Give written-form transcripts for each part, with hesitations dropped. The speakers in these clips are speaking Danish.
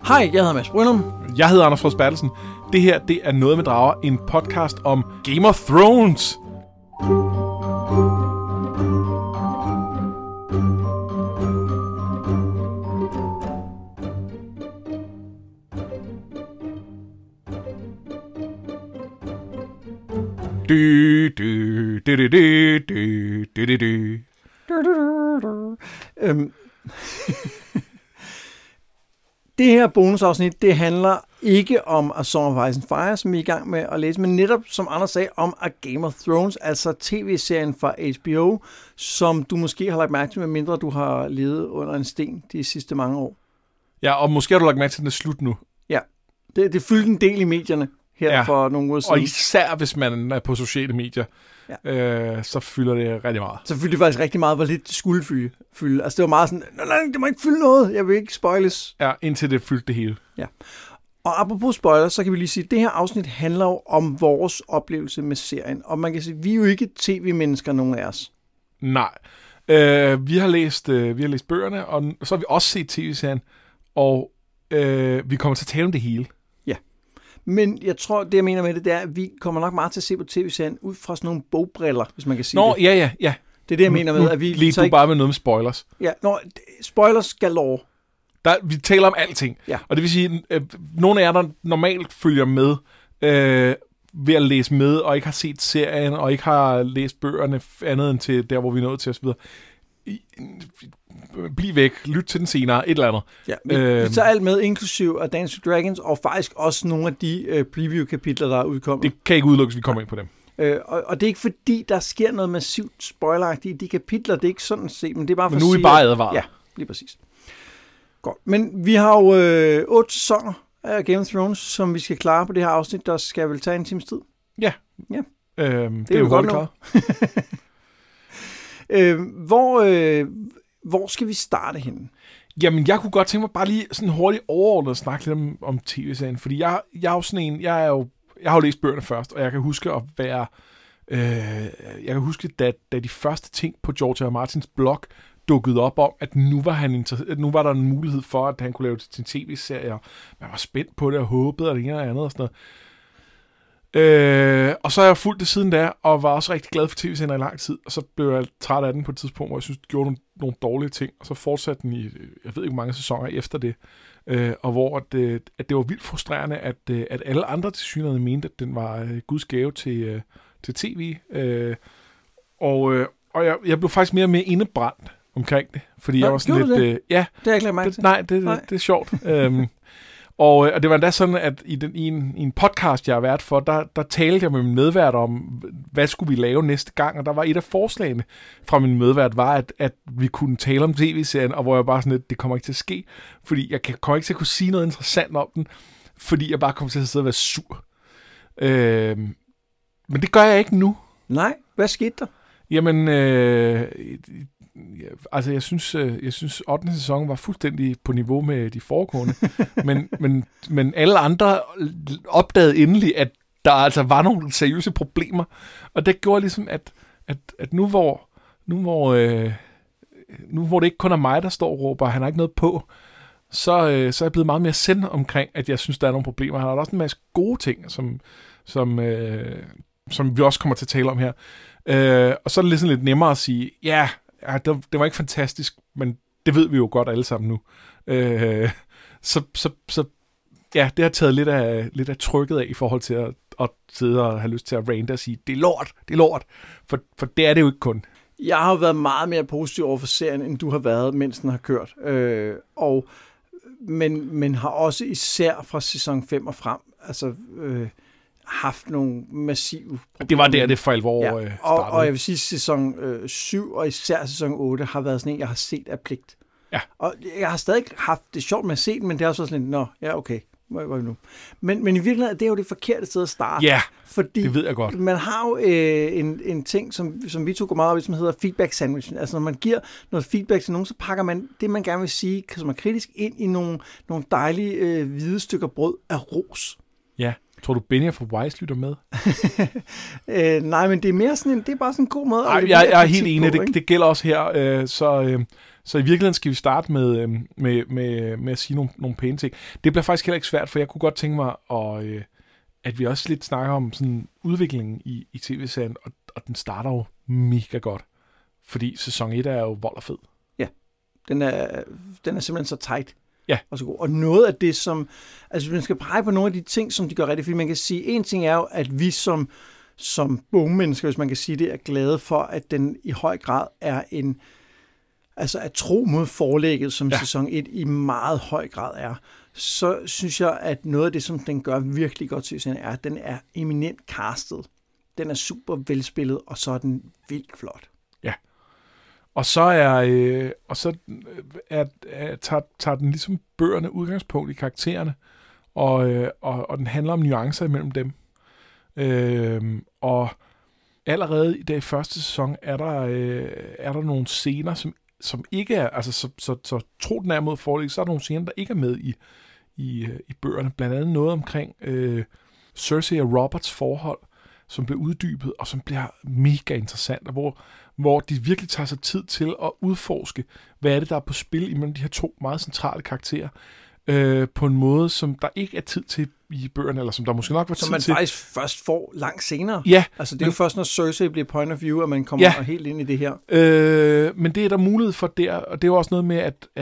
Hej, jeg hedder Mads Brynum. Jeg hedder Anders Frost Bertelsen. Det her, det er Noget med Drager, en podcast om Game of Thrones. Det her bonusafsnit, det handler ikke om A Song of Ice and Fire, som vi er i gang med at læse, men netop, som Anders sagde, om A Game of Thrones, altså tv-serien fra HBO, som du måske har lagt mærke til, medmindre du har levet under en sten de sidste mange år. Ja, og måske har du lagt mærke til, at den er slut nu. Ja, det fyldte en del i medierne her for nogle uger siden. Og især hvis man er på sociale medier, så fylder det rigtig meget. Så fyldte det faktisk rigtig meget, hvor lidt det skulle fylde. Altså det var meget sådan, nej, det må ikke fylde noget, jeg vil ikke spoiles. Ja, indtil det fyldte det hele. Ja. Og apropos spoilers, så kan vi lige sige, at det her afsnit handler jo om vores oplevelse med serien. Og man kan sige, at vi er jo ikke tv-mennesker, nogen af os. Nej. Vi har læst bøgerne, og så har vi også set tv-serien, og vi kommer til at tale om det hele. Ja. Men jeg tror, det jeg mener med det er, at vi kommer nok meget til at se på tv-serien ud fra sådan nogle bogbriller, hvis man kan sige det. Ja. Det er det, jeg mener med, at vi... Lige du bare med noget med spoilers. Ja, spoilers galore. Vi taler om alting. Ja. Og det vil sige, nogle af jer, der normalt følger med ved at læse med, og ikke har set serien, og ikke har læst bøgerne andet end til der, hvor vi er nået til osv. Bliv væk, lyt til den senere, et eller andet. Ja, vi tager alt med, inklusiv af Dance with Dragons, og faktisk også nogle af de preview-kapitler, der er udkommet. Det kan ikke udelukkes, vi kommer ind på dem. Og det er ikke fordi, der sker noget massivt spoileragtigt i de kapitler, det er ikke sådan set, men det er bare for at sige... Men nu er I bare advaret. Ja, lige præcis. Godt. Men vi har jo 8 sæsoner af Game of Thrones, som vi skal klare på det her afsnit, der skal vel tage en times tid. Ja. Det er jo godt klart. Hvor skal vi starte henne? Jamen, jeg kunne godt tænke mig bare lige sådan hurtigt overordnet at snakke lidt om tv-serien, fordi jeg er jo sådan en, jeg har jo læst bøgerne først, og jeg kan huske at være, da de første ting på George R. Martins blog dukkede op om, at nu var der en mulighed for, at han kunne lave det til en tv-serie, og man var spændt på det og håbede, og det ene og andet og sådan noget. Og så har jeg fulgt det siden da, og var også rigtig glad for tv-serien i lang tid, og så blev jeg træt af den på et tidspunkt, hvor jeg synes, det gjorde nogle dårlige ting, og så fortsatte den i, jeg ved ikke hvor mange sæsoner efter det, og hvor at det var vildt frustrerende, at alle andre tilsyneladende mente, at den var Guds gave til tv, og jeg blev faktisk mere og mere indebrændt omkring det, fordi jeg var sådan lidt... ja, det har jeg ikke lagt mærke til. Nej, det er sjovt. Og det var endda sådan, at i en podcast, jeg har været for, der talte jeg med min medvært om, hvad skulle vi lave næste gang, og der var et af forslagene fra min medvært, var, at vi kunne tale om tv-serien, og hvor jeg bare sådan lidt, det kommer ikke til at ske, fordi jeg kommer ikke til at kunne sige noget interessant om den, fordi jeg bare kommer til at sidde og være sur. Men det gør jeg ikke nu. Nej, hvad skete der? Jamen, altså jeg synes 8. sæson var fuldstændig på niveau med de foregående, men alle andre opdagede endelig, at der altså var nogle seriøse problemer, og det gjorde ligesom, at nu hvor det ikke kun er mig, der står og råber, han har ikke noget på, så er jeg blevet meget mere sind omkring, at jeg synes, der er nogle problemer. Han har også en masse gode ting, som vi også kommer til at tale om her. Og så er det lidt nemmere at sige, ja, det var ikke fantastisk, men det ved vi jo godt alle sammen nu. Så ja, det har taget lidt af trykket af i forhold til at sidde og have lyst til at rante og sige, det er lort, for det er det jo ikke kun. Jeg har jo været meget mere positiv over for serien, end du har været, mens den har kørt. Men har også især fra sæson 5 og frem, altså... haft nogle massive problemer. Det var der, det for alvor startede. Og jeg vil sige, at sæson 7 og især sæson 8 har været sådan en, jeg har set af pligt. Ja. Og jeg har stadig haft det sjovt med at se den, men det er også sådan lidt, okay, hvor er nu? Men i virkeligheden, det er jo det forkerte sted at starte. Ja, fordi det ved jeg godt. Man har jo en ting, som vi tog meget op i, som hedder feedback sandwichen. Altså når man giver noget feedback til nogen, så pakker man det, man gerne vil sige, som er kritisk, ind i nogle dejlige hvide stykker brød af ros. Ja. Tror du, Benja fra Wise lytter med? Nej, men det er mere sådan det er bare sådan en god måde. Jeg er helt enig, det gælder også her. Så i virkeligheden skal vi starte med at sige nogle pæne ting. Det bliver faktisk heller ikke svært, for jeg kunne godt tænke mig, at vi også lidt snakker om sådan udviklingen i tv-serien, og den starter jo mega godt. Fordi sæson 1 er jo vold og fed. Ja, den er simpelthen så tight. Ja. Og så god. Og noget af det, som... Altså, man skal pege på nogle af de ting, som de gør rigtigt. Fordi man kan sige, en ting er jo, at vi som bogmennesker, hvis man kan sige det, er glade for, at den i høj grad er at tro mod forlægget, som sæson 1 i meget høj grad er. Så synes jeg, at noget af det, som den gør virkelig godt til serien, er, at den er eminent castet. Den er super velspillet, og så er den vildt flot. Ja. Og så tager den ligesom bøgerne udgangspunkt i karaktererne, og den handler om nuancer imellem dem. Og allerede i den første sæson er der nogle scener, som ikke er, altså så tro den er mod forlæg, så er der nogle scener, der ikke er med i bøgerne. Blandt andet noget omkring Cersei og Roberts forhold, som bliver uddybet, og som bliver mega interessant, og hvor de virkelig tager sig tid til at udforske, hvad er det, der er på spil imellem de her to meget centrale karakterer, på en måde, som der ikke er tid til i bøgerne, eller som der måske nok var tid til. Som man faktisk først får langt senere. Ja. Altså det er jo først, når Cersei bliver point of view, at man kommer helt ind i det her. Men det er der mulighed for der, og det er jo også noget med,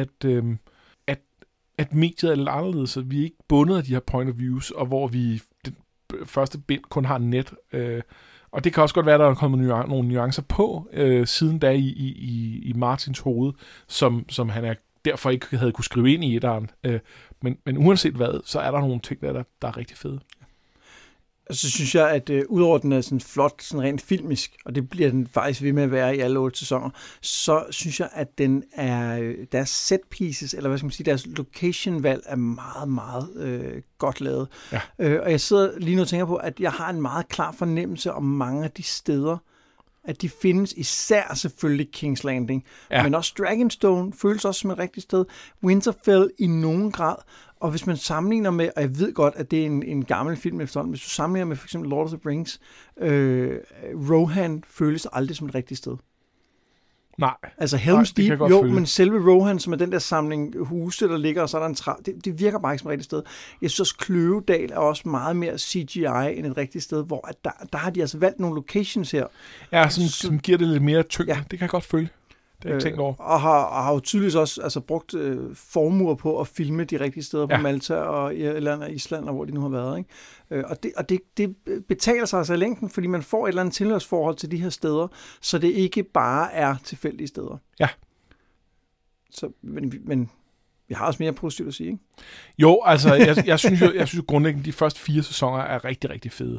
at mediet er lidt anderledes, så vi er ikke bundet af de her point of views, og hvor vi den første bind kun har net. Og det kan også godt være, at der er kommet nogle nuancer på, siden da i Martins hoved, som han er derfor ikke havde kunne skrive ind i etteren. Men uanset hvad, så er der nogle ting, der er rigtig fede. Og så synes jeg, at udover den er sådan flot, sådan rent filmisk, og det bliver den faktisk ved med at være i alle 8 sæsoner, så synes jeg, at deres set pieces, eller hvad skal man sige, deres location-valg er meget, meget godt lavet. Ja. Og jeg sidder lige nu og tænker på, at jeg har en meget klar fornemmelse om mange af de steder, at de findes, især selvfølgelig King's Landing, men også Dragonstone føles også som et rigtigt sted, Winterfell i nogen grad, og hvis man sammenligner med, og jeg ved godt, at det er en gammel film efterhånden, hvis du sammenligner med for eksempel Lord of the Rings, Rohan føles aldrig som et rigtigt sted. Nej. Altså Helm's Deep, jo, men selve Rohan, som er den der samling huse, der ligger, og så er der en trappe, det virker bare ikke som et rigtigt sted. Jeg synes også, Kløvedal er også meget mere CGI end et rigtigt sted, hvor at der har de altså valgt nogle locations her. Ja, som giver det lidt mere tyngde. Ja. Det kan jeg godt følge. Det har jeg tænkt over. Og har jo tydeligvis også brugt formuer på at filme de rigtige steder på Malta og Irland og Island, og hvor de nu har været. Ikke? Og det betaler sig altså i længden, fordi man får et eller andet tilhørsforhold til de her steder, så det ikke bare er tilfældige steder. Ja. Så, men vi har også mere positivt at sige, ikke? Jo, altså, jeg synes jo grundlæggende, de første 4 sæsoner er rigtig, rigtig fede.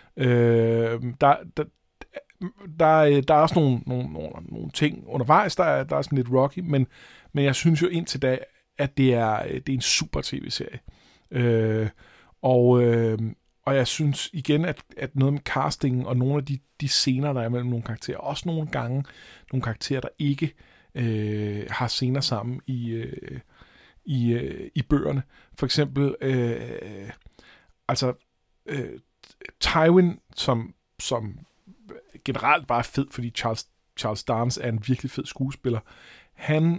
Der er også nogle ting undervejs, der er sådan lidt rocky, men jeg synes jo indtil da, at det er en super tv-serie. Og jeg synes igen, at noget med castingen og nogle af de scener, der er mellem nogle karakterer, også nogle gange nogle karakterer, der ikke har scener sammen i bøgerne. For eksempel Tywin, som generelt bare er fed, fordi Charles Dance er en virkelig fed skuespiller. Han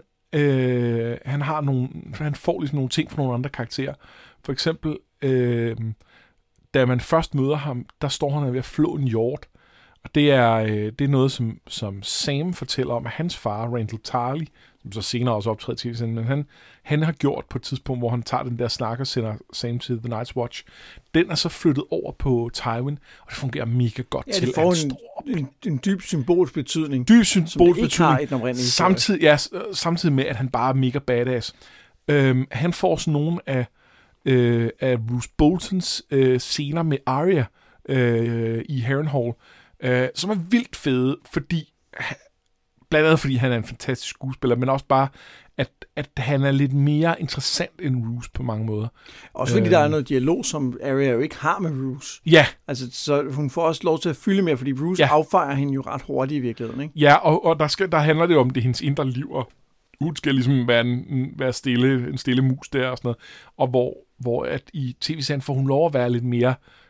får ligesom nogle ting fra nogle andre karakterer. For eksempel, da man først møder ham, der står han ved at flå en hjort. Og det er noget, som Sam fortæller om, at hans far, Randall Tarly, som så senere også optræder til tv-serien, men han har gjort på et tidspunkt, hvor han tager den der snak og sender Sam til The Night's Watch. Den er så flyttet over på Tywin, og det fungerer mega godt til. Ja, det får en dyb symbolsk betydning. Dyb symbolsk betydning. Samtidig med, at han bare er mega badass. Han får sådan nogle af Roose Boltons scener med Arya i Harrenhal, som er vildt fede, blandt andet fordi han er en fantastisk skuespiller, men også bare, at han er lidt mere interessant end Roose på mange måder. Også fordi der er noget dialog, som Arya jo ikke har med Roose. Ja. Altså, så hun får også lov til at fylde mere, fordi Roose affejer hende jo ret hurtigt i virkeligheden, ikke? Ja, og der handler det om, det hendes indre liv, og hun skal ligesom være en stille mus der og sådan noget. Og hvor at i tv-serien får hun lov at være lidt mere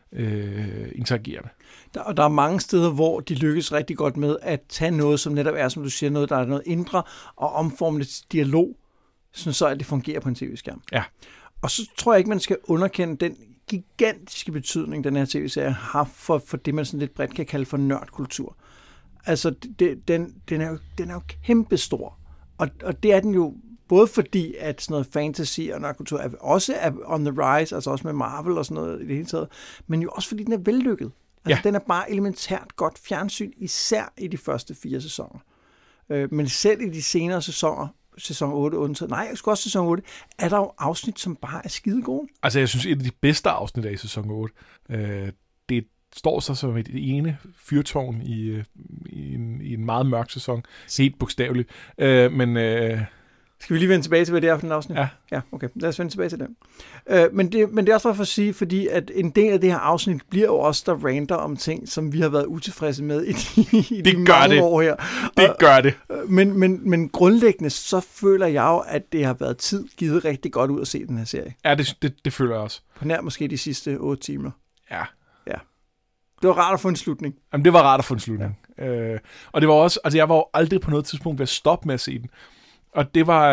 interagerende. Der er mange steder, hvor de lykkes rigtig godt med at tage noget, som netop er, som du siger, noget, der er noget indre, og omforme det til dialog, sådan så at det fungerer på en tv-skærm. Ja. Og så tror jeg ikke, man skal underkende den gigantiske betydning, den her tv-serie har for det, man sådan lidt bredt kan kalde for nørdkultur. Altså, den er jo kæmpestor. Og det er den jo både fordi, at sådan noget fantasy og nørdkultur også er on the rise, altså også med Marvel og sådan noget i det hele taget, men jo også fordi den er vellykket. Altså, den er bare elementært godt fjernsyn, især i de første 4 sæsoner. Men selv i de senere sæsoner, sæson 8 undtaget, nej, jeg skulle også sæson 8, er der jo afsnit, som bare er skide gode. Altså, jeg synes, et af de bedste afsnit af sæson 8, det står så som et ene fyrtårn i en meget mørk sæson. Helt bogstaveligt. Skal vi lige vende tilbage til, hvad det er for en afsnit? Ja, okay. Lad os vende tilbage til det. Men det er også for at sige, fordi at en del af det her afsnit bliver jo også der ranter om ting, som vi har været utilfredse med i de mange år her. Det gør det. Men grundlæggende, så føler jeg jo, at det har været tid givet rigtig godt ud at se den her serie. Ja, det føler jeg også. På nær måske de sidste 8 timer. Ja. Det var rart at få en slutning. Jamen, det var rart at få en slutning. Ja. Og det var også, altså jeg var jo aldrig på noget tidspunkt ved at stoppe med at se den. Og det var,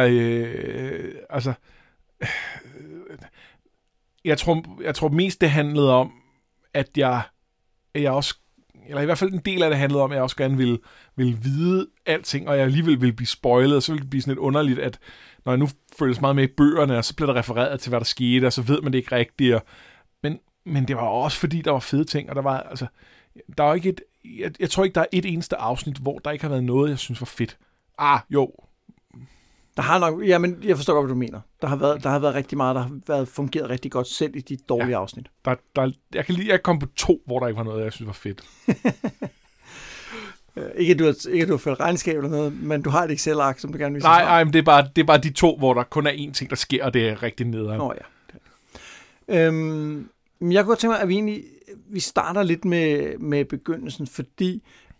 jeg tror mest det handlede om, at jeg også, eller i hvert fald en del af det handlede om, at jeg også gerne ville vide alting, og jeg alligevel ville blive spoilet, og så ville det blive sådan lidt underligt, at når jeg nu følges meget med i bøgerne, og så bliver der refereret til, hvad der skete, og så ved man det ikke rigtigt. Men det var også fordi, der var fede ting, og der var ikke jeg tror ikke, der er et eneste afsnit, hvor der ikke har været noget, jeg synes var fedt. Jo. Der har nok, ja, men jeg forstår godt, hvad du mener. Der har været rigtig meget, der har været fungeret rigtig godt, selv i de dårlige afsnit. Jeg kan komme på 2, hvor der ikke var noget, jeg synes var fedt. Ikke at du har ført regnskab eller noget, men du har et Excel-ark, som du gerne vil sige. Nej, men det er bare de 2, hvor der kun er én ting, der sker, og det er rigtig nederen. Nå ja. Jeg kunne tænke mig, at vi starter lidt med begyndelsen, fordi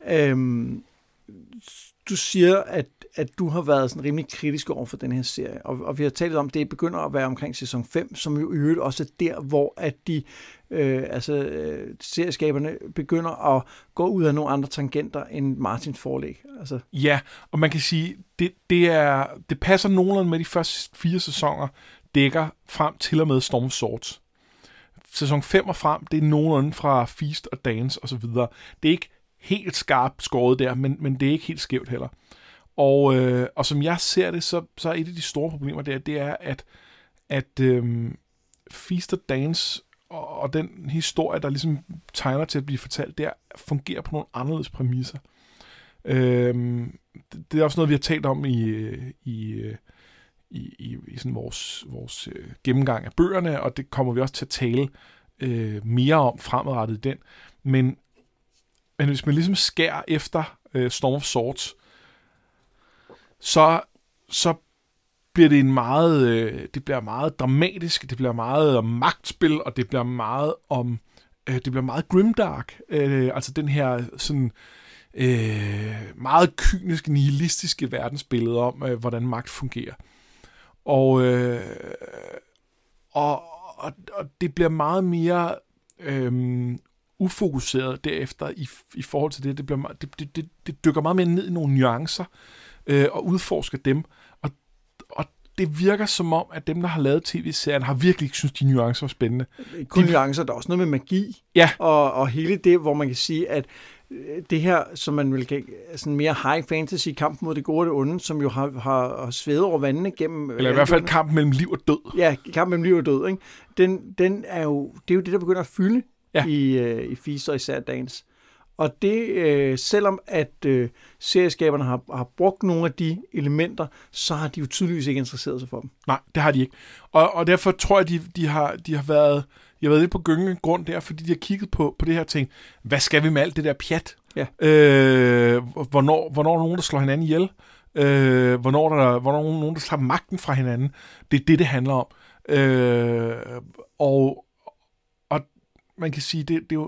du siger, at du har været sådan rimelig kritisk over for den her serie, og vi har talt om, at det begynder at være omkring sæson 5, som jo i øvrigt også er der, hvor at de serieskaberne begynder at gå ud af nogle andre tangenter end Martins forlæg. Altså. Ja, og man kan sige, det passer nogenlunde med de første 4 sæsoner, dækker frem til og med Storm of Swords. Sæson 5 og frem, det er nogenlunde fra Feast og Dance og så videre. Det er ikke helt skarpt skåret der, men det er ikke helt skævt heller. Og som jeg ser det, så er et af de store problemer det er, at Feast og Dance og den historie, der ligesom tegner til at blive fortalt, der fungerer på nogle anderledes præmisser. Det er også noget, vi har talt om i sådan vores gennemgang af bøgerne, og det kommer vi også til at tale mere om fremadrettet i den. Men hvis man ligesom skærer efter Storm of Swords, så bliver det det bliver meget dramatisk, det bliver meget om magtspil, og det bliver meget grimdark. Altså den her sådan meget kyniske, nihilistiske verdensbillede om, hvordan magt fungerer. Og det bliver meget mere ufokuseret derefter i forhold til det. Det dykker meget mere ned i nogle nuancer og udforsker dem. Og det virker som om, at dem, der har lavet tv-serien, har virkelig ikke synes, de nuancer var spændende. Kun nuancer, der er også noget med magi. Ja. Og hele det, hvor man kan sige, at det her, som man vil kalde sådan mere high fantasy, kamp mod det gode og det onde, som jo har svedet over vandene gennem... Eller i hvert fald kamp mellem liv og død. Ja, kamp mellem liv og død, ikke? Det er jo det, der begynder at fylde i Feast og især Dance. Og det, selvom at serieskaberne har brugt nogle af de elementer, så har de jo tydeligvis ikke interesseret sig for dem. Nej, det har de ikke. Og derfor tror jeg, de har været lidt på gyngende grund der, fordi de har kigget på det her ting. Hvad skal vi med alt det der pjat? Ja. Hvornår er der nogen, der slår hinanden ihjel? Hvornår er der nogen, der tager magten fra hinanden? Det er det handler om. Og man kan sige, det er jo...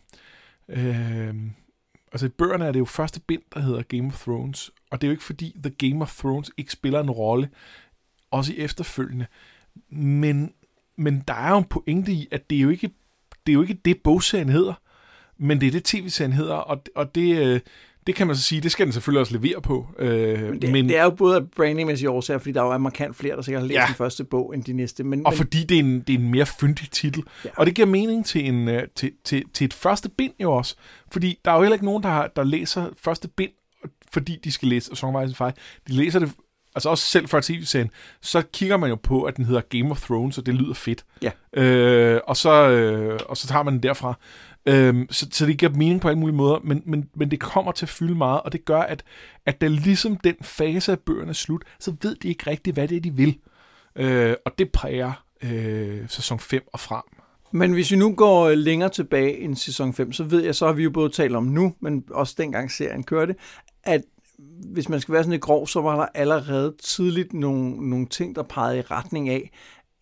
altså i bøgerne er det jo første bind, der hedder Game of Thrones, og det er jo ikke fordi The Game of Thrones ikke spiller en rolle, også i efterfølgende, men der er jo en pointe i, at det er jo ikke det er jo ikke det, bogserien hedder, men det er det, tv-serien hedder, og det kan man så sige, det skal den selvfølgelig også levere på. Men det er jo både af brandingmæssige årsager, fordi der jo er markant flere, der sikkert har læst den første bog, end de næste. Og fordi det er en mere fyndig titel. Ja. Og det giver mening til et første bind jo også. Fordi der er jo heller ikke nogen, der læser første bind, fordi de skal læse Song of Ice and Fire. De læser det, altså også selv før tv-serien, så kigger man jo på, at den hedder Game of Thrones, og det lyder fedt. Ja. Og så tager man den derfra. Så det giver mening på alle mulige måder, men det kommer til at fylde meget, og det gør, at der ligesom den fase af bøgerne er slut, så ved de ikke rigtigt, hvad det er, de vil. Og det præger sæson 5 og frem. Men hvis vi nu går længere tilbage end sæson 5, så ved jeg, så har vi jo både talt om nu, men også dengang serien kørte, at hvis man skal være sådan lidt grov, så var der allerede tidligt nogle ting, der pegede i retning af,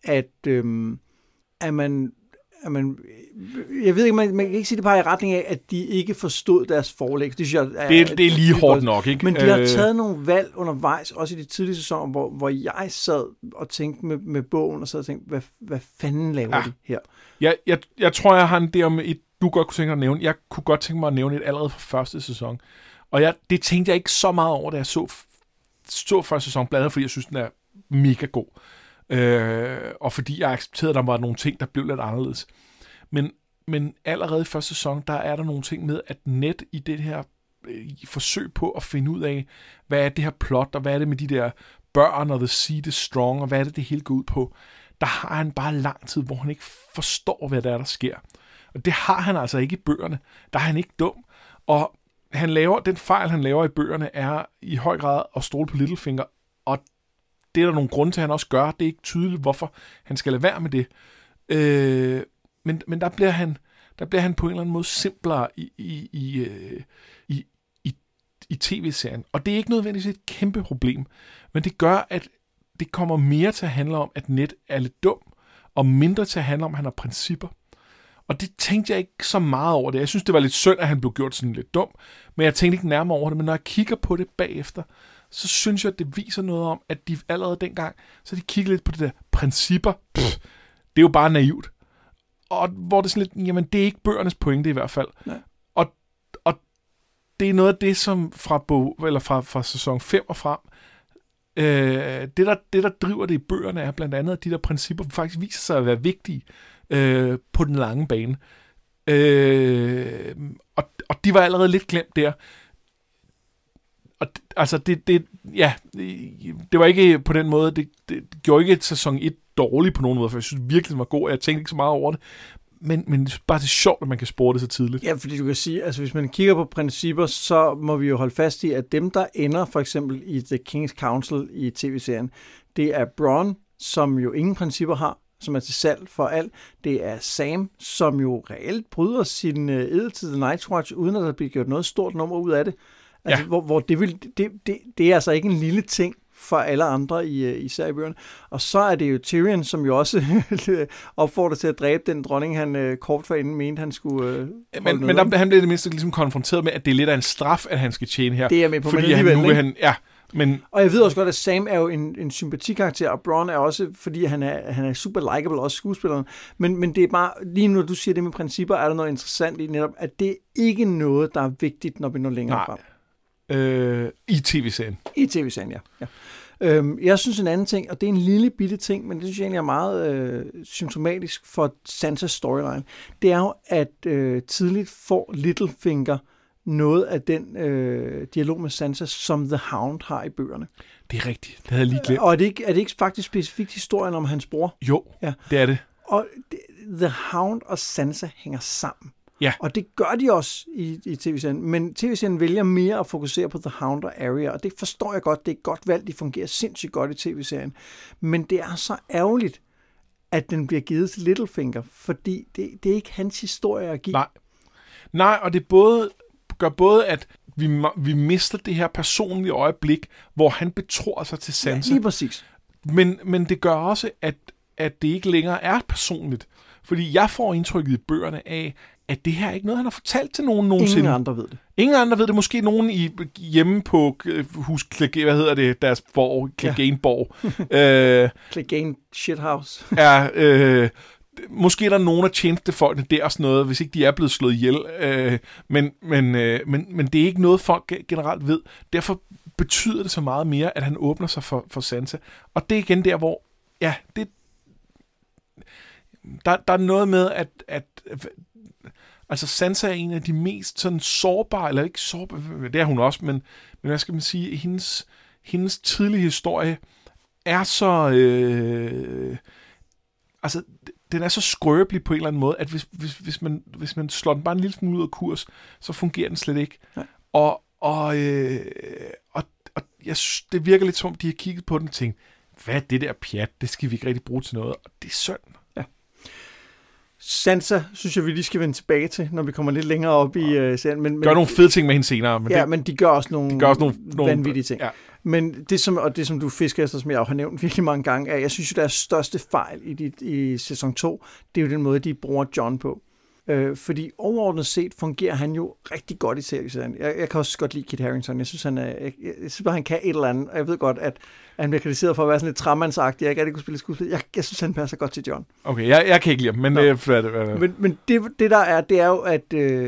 at man jeg ved ikke, man kan ikke sige det bare i retning af, at de ikke forstod deres forlæg. Det synes jeg det er lige hårdt nok, ikke? Men de har taget nogle valg undervejs, også i de tidlige sæsoner, hvor jeg sad og tænkte med bogen, og sad og tænkte, hvad fanden laver de her? Jeg tror, jeg har en idé om et, du godt kunne tænke dig at nævne. Jeg kunne godt tænke mig at nævne et allerede fra første sæson. Og det tænkte jeg ikke så meget over, da jeg så første sæson, blandt andet fordi jeg synes, den er mega god. Og fordi jeg accepterede, at der var nogle ting, der blev lidt anderledes. Men allerede i første sæson, der er der nogle ting med, at net i det her forsøg på at finde ud af, hvad er det her plot, og hvad er det med de der børn, og the seed is strong, og hvad er det hele går ud på. Der har han bare lang tid, hvor han ikke forstår, hvad der sker. Og det har han altså ikke i bøgerne. Der er han ikke dum. Og den fejl, han laver i bøgerne, er i høj grad at stole på Littlefinger, og det er der nogle grunde til, at han også gør. Det er ikke tydeligt, hvorfor han skal lade være med det. Men der bliver han på en eller anden måde simplere i tv-serien. Og det er ikke nødvendigvis et kæmpe problem, men det gør, at det kommer mere til at handle om, at Ned er lidt dum, og mindre til at handle om, at han har principper. Og det tænkte jeg ikke så meget over det. Jeg synes, det var lidt synd, at han blev gjort sådan lidt dum, men jeg tænkte ikke nærmere over det. Men når jeg kigger på det bagefter, så synes jeg, at det viser noget om, at de allerede dengang, så de kigger lidt på det der principper. Det er jo bare naivt. Og hvor det er sådan lidt, jamen det er ikke bøgernes pointe i hvert fald. Og det er noget af det, som fra sæson 5 og frem, det der driver det i bøgerne, er blandt andet, at de der principper faktisk viser sig at være vigtige på den lange bane. Og de var allerede lidt glemt der. Og altså det var ikke på den måde, det gjorde ikke sæson 1 dårligt på nogen måde, for jeg synes virkelig, det var god, og jeg tænkte ikke så meget over det. Men bare det er sjovt, at man kan spore det så tidligt. Ja, fordi du kan sige, altså hvis man kigger på principper, så må vi jo holde fast i, at dem, der ender for eksempel i The King's Council i tv-serien, det er Bronn, som jo ingen principper har, som er til salg for alt. Det er Sam, som jo reelt bryder sin ed til The Night's Watch, uden at der bliver gjort noget stort nummer ud af det. Altså, hvor det er altså ikke en lille ting for alle andre især i bøgerne. Og så er det jo Tyrion, som jo også opfordrer til at dræbe den dronning, han kort forinden mente, han skulle men han bliver det mindste ligesom konfronteret med, at det er lidt af en straf, at han skal tjene her. Det er jeg med på, fordi han nu vil han... Ja, men... Og jeg ved også godt, at Sam er jo en sympatikarakter, og Bronn er også, fordi han er super likable, også skuespilleren. Men det er bare, lige nu du siger det med principper, er der noget interessant i netop, at det ikke er noget, der er vigtigt, når vi når længere frem. I tv-serien. I tv-serien, ja. Jeg synes en anden ting, og det er en lille bitte ting, men det synes jeg egentlig er meget symptomatisk for Sansas storyline, det er jo, at tidligt får Littlefinger noget af den dialog med Sansa, som The Hound har i bøgerne. Det er rigtigt, det havde jeg lige glemt. Og er det ikke faktisk specifikt historien om hans bror? Jo, ja. Det er det. Og The Hound og Sansa hænger sammen. Ja. Og det gør de også i tv-serien, men tv-serien vælger mere at fokusere på The Hound og Arya, og det forstår jeg godt, det er et godt valg, de fungerer sindssygt godt i tv-serien, men det er så ærgerligt, at den bliver givet til Littlefinger, fordi det er ikke hans historie at give. Nej, og det gør både, at vi mister det her personlige øjeblik, hvor han betror sig til Sansa. Ja, lige præcis. Men det gør også, at det ikke længere er personligt, fordi jeg får indtrykket i bøgerne af, at det her er ikke noget, han har fortalt til nogen nogensinde. Ingen andre ved det. Ingen andre ved det. Måske nogen hjemme på hus, hvad hedder det, deres borg, Clegane-borg. Clegane shithouse. måske er der nogle af tjenestefolkene der og sådan noget, hvis ikke de er blevet slået ihjel. Men det er ikke noget, folk generelt ved. Derfor betyder det så meget mere, at han åbner sig for Sansa. Og det er igen der, hvor der er noget med, at altså Sansa er en af de mest sådan sårbare, eller ikke sårbare, det er hun også, men hvad skal man sige, hendes tidlige historie er så, altså den er så skrøbelig på en eller anden måde, at hvis man slår den bare en lille smule ud af kurs, så fungerer den slet ikke. Ja. Og jeg synes, det virker lidt som, de har kigget på den og tænkt, hvad er det der pjat, det skal vi ikke rigtig bruge til noget, og det er synd. Ja. Sansa, synes jeg, vi lige skal vende tilbage til, når vi kommer lidt længere op i serien. Men gør nogle fede ting med hende senere. Men de gør også nogle vanvittige ting. Ja. Men det som du fisker efter, som jeg har nævnt virkelig mange gange, er, jeg synes jo, deres største fejl i sæson 2, det er jo den måde, de bruger Jon på. Fordi overordnet set fungerer han jo rigtig godt i serien. Jeg kan også godt lide Kit Harington. Jeg synes, han kan et eller andet. Og jeg ved godt, at han bliver kritiseret for at være sådan lidt træmandsagtig. Jeg kan ikke kunne spille skuespil. Jeg synes, han passer godt til Jon. Okay, jeg kan ikke lide ham, men Men det der er, det er jo, at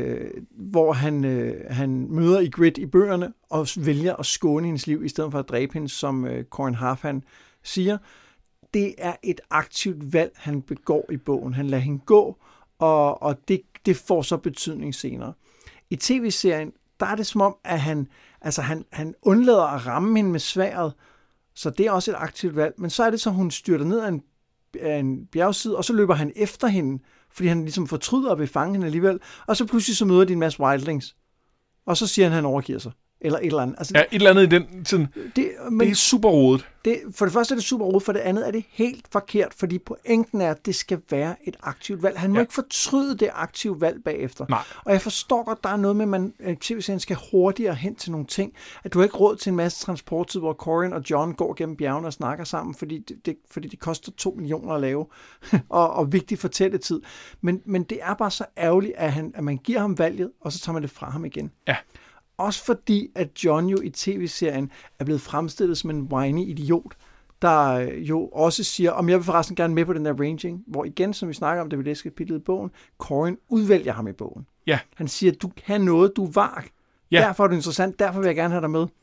hvor han møder Ygritte i bøgerne og vælger at skåne hendes liv, i stedet for at dræbe hende, som Qhorin Halfhand siger. Det er et aktivt valg, han begår i bogen. Han lader hende gå, og det får så betydning senere. I tv-serien, der er det som om, at han undlader at ramme hende med sværdet, så det er også et aktivt valg. Men så er det så, hun styrter ned af en bjergside, og så løber han efter hende, fordi han ligesom fortryder at befange hende alligevel, og så pludselig så møder de en masse wildlings, og så siger han, at han overgiver sig. Eller et eller andet. Altså, ja, et eller andet i den sådan, det er super rodet. For det første er det super rodet, for det andet er det helt forkert, fordi pointen er, at det skal være et aktivt valg. Han må ikke fortryde det aktive valg bagefter. Nej. Og jeg forstår godt, der er noget med, at tv-serien skal hurtigere hen til nogle ting. At du har ikke råd til en masse transporttid, hvor Qhorin og Jon går gennem bjergene og snakker sammen, fordi det koster 2 millioner at lave, og vigtig fortælletid. Men det er bare så ærgerligt, at man giver ham valget, og så tager man det fra ham igen. Ja. Også fordi, at Jon jo i tv-serien er blevet fremstillet som en whiny idiot, der jo også siger, om jeg vil forresten gerne med på den der ranging, hvor igen, som vi snakker om, da vi læste kapitlet i bogen, Qhorin udvælger ham i bogen. Ja. Han siger, du kan noget, du er varg. Ja. Derfor er du interessant, derfor vil jeg gerne have dig med.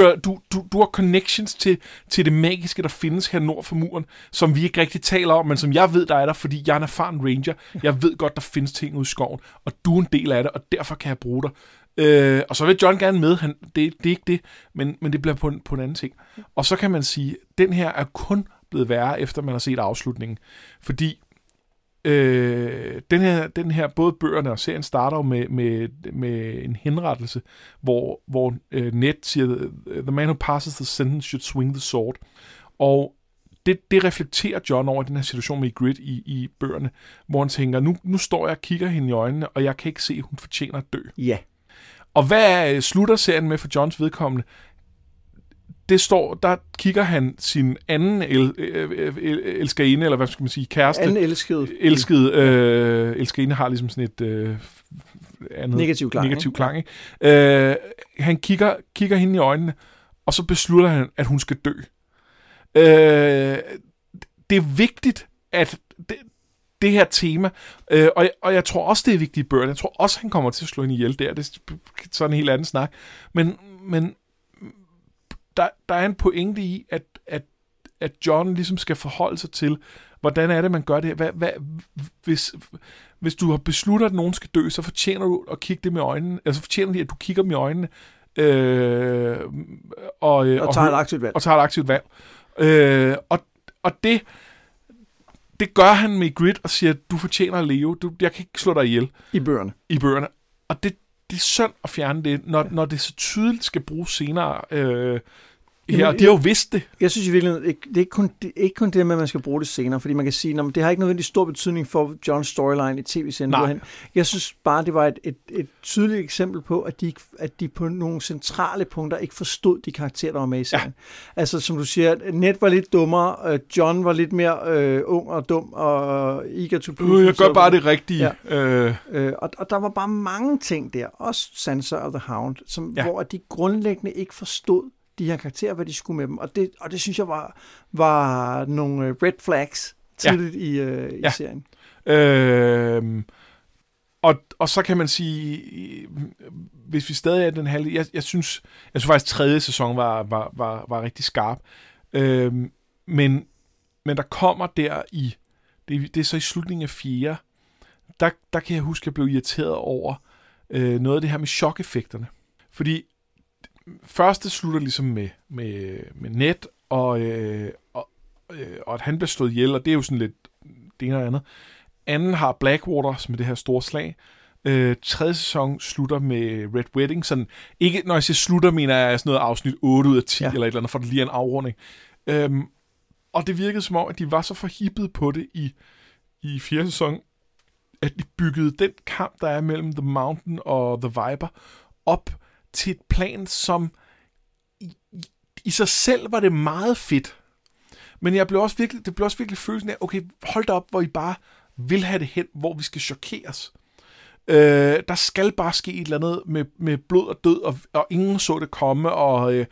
Du har connections til det magiske, der findes her nord for muren, som vi ikke rigtig taler om, men som jeg ved, der er der, fordi jeg er en erfaren ranger. Jeg ved godt, der findes ting ude i skoven, og du er en del af det, og derfor kan jeg bruge dig. Og så vil Jon gerne med, det er ikke det, men det bliver på en anden ting. Og så kan man sige, den her er kun blevet værre, efter man har set afslutningen. Fordi den her både bøgerne og serien starter jo med en henrettelse, hvor Ned siger, the man who passes the sentence should swing the sword. Og det reflekterer Jon over den her situation med Ygritte i bøgerne, hvor han tænker, nu står jeg og kigger hende i øjnene, og jeg kan ikke se, at hun fortjener at dø. Ja. Og hvad slutter serien med for Jons vedkommende? Der kigger han sin anden elskerinde, eller hvad skal man sige, kæreste. Anden elskerinde har ligesom sådan et andet negativ klang, ikke? Han kigger hende i øjnene, og så beslutter han, at hun skal dø. Det er vigtigt, at det her tema, og jeg tror også, det er vigtigt i bøgerne. Jeg tror også, han kommer til at slå hende ihjel der. Det er sådan en helt anden snak. Men der er en pointe i, at Jon ligesom skal forholde sig til, hvordan er det, man gør det her. Hvis du har besluttet, at nogen skal dø, så fortjener du at kigge dem i øjnene. Altså fortjener de, at du kigger dem i øjnene. Og tager et aktivt valg. Og det gør han med Ygritte og siger, at du fortjener at leve. Jeg kan ikke slå dig ihjel. I bøgerne. Og det er synd at fjerne det, når det så tydeligt skal bruges senere. Ja, de har jo vidst det. Jeg synes i virkeligheden, det er ikke kun det med, at man skal bruge det senere, fordi man kan sige, at det har ikke nødvendigvis stor betydning for Jons storyline i tv-serien. Jeg synes bare, det var et tydeligt eksempel på, at de på nogle centrale punkter ikke forstod de karakterer, der var med i serien. Ja. Altså, som du siger, Ned var lidt dummere, Jon var lidt mere ung og dum, og eager to prove. Jeg gør bare det rigtige. Ja. Og der var bare mange ting der, også Sansa og The Hound, hvor de grundlæggende ikke forstod de her karakterer, hvad de skulle med dem. Og det synes jeg var nogle red flags tidligt i serien. Og så kan man sige, hvis vi stadig er den halve, jeg synes faktisk, tredje sæson var rigtig skarp. Men der kommer der det er så i slutningen af 4, der kan jeg huske, at jeg blev irriteret over noget af det her med chok-effekterne. Fordi første slutter ligesom med Ned, og at han bliver slået ihjel, og det er jo sådan lidt det ene og andet. Anden har Blackwater, som er det her store slag. Tredje sæson slutter med Red Wedding. Sådan, ikke, når jeg siger slutter, mener jeg sådan noget afsnit 8 ud af 10, eller et eller andet, for det lige en afrunding. Og det virkede som om, at de var så forhippet på det i 4. sæson, at de byggede den kamp, der er mellem The Mountain og The Viper, op til et plan, som i sig selv var det meget fedt. Men det blev også virkelig følelsen af, okay, hold da op, hvor I bare vil have det hen, hvor vi skal chokeres. Der skal bare ske et eller andet med blod og død, og ingen så det komme, og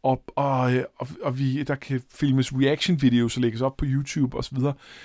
der kan filmes reaction videos og lægges op på YouTube osv.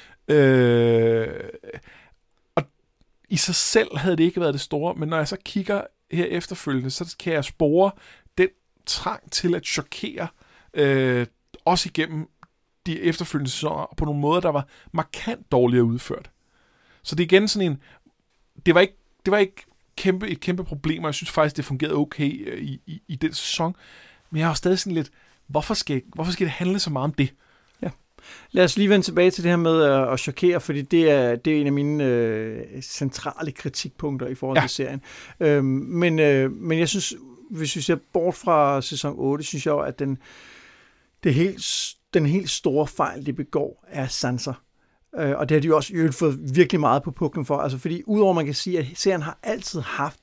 Og i sig selv havde det ikke været det store, men når jeg så kigger her efterfølgende, så kan jeg spore den trang til at chokere også igennem de efterfølgende sæsoner på nogle måder, der var markant dårligere udført. Så det er igen sådan en... Det var ikke et kæmpe problem, og jeg synes faktisk, det fungerede okay i den sæson. Men jeg har jo stadig sådan lidt, hvorfor skal det handle så meget om det? Ja. Lad os lige vende tilbage til det her med at chokere, fordi det er en af mine centrale kritikpunkter i forhold til serien. Men jeg synes, hvis vi ser bort fra sæson 8, synes jeg jo, at den helt store fejl, de begår, er Sansa. Og det har de jo også fået virkelig meget på puklen for. Altså, fordi udover man kan sige, at tv-serien har altid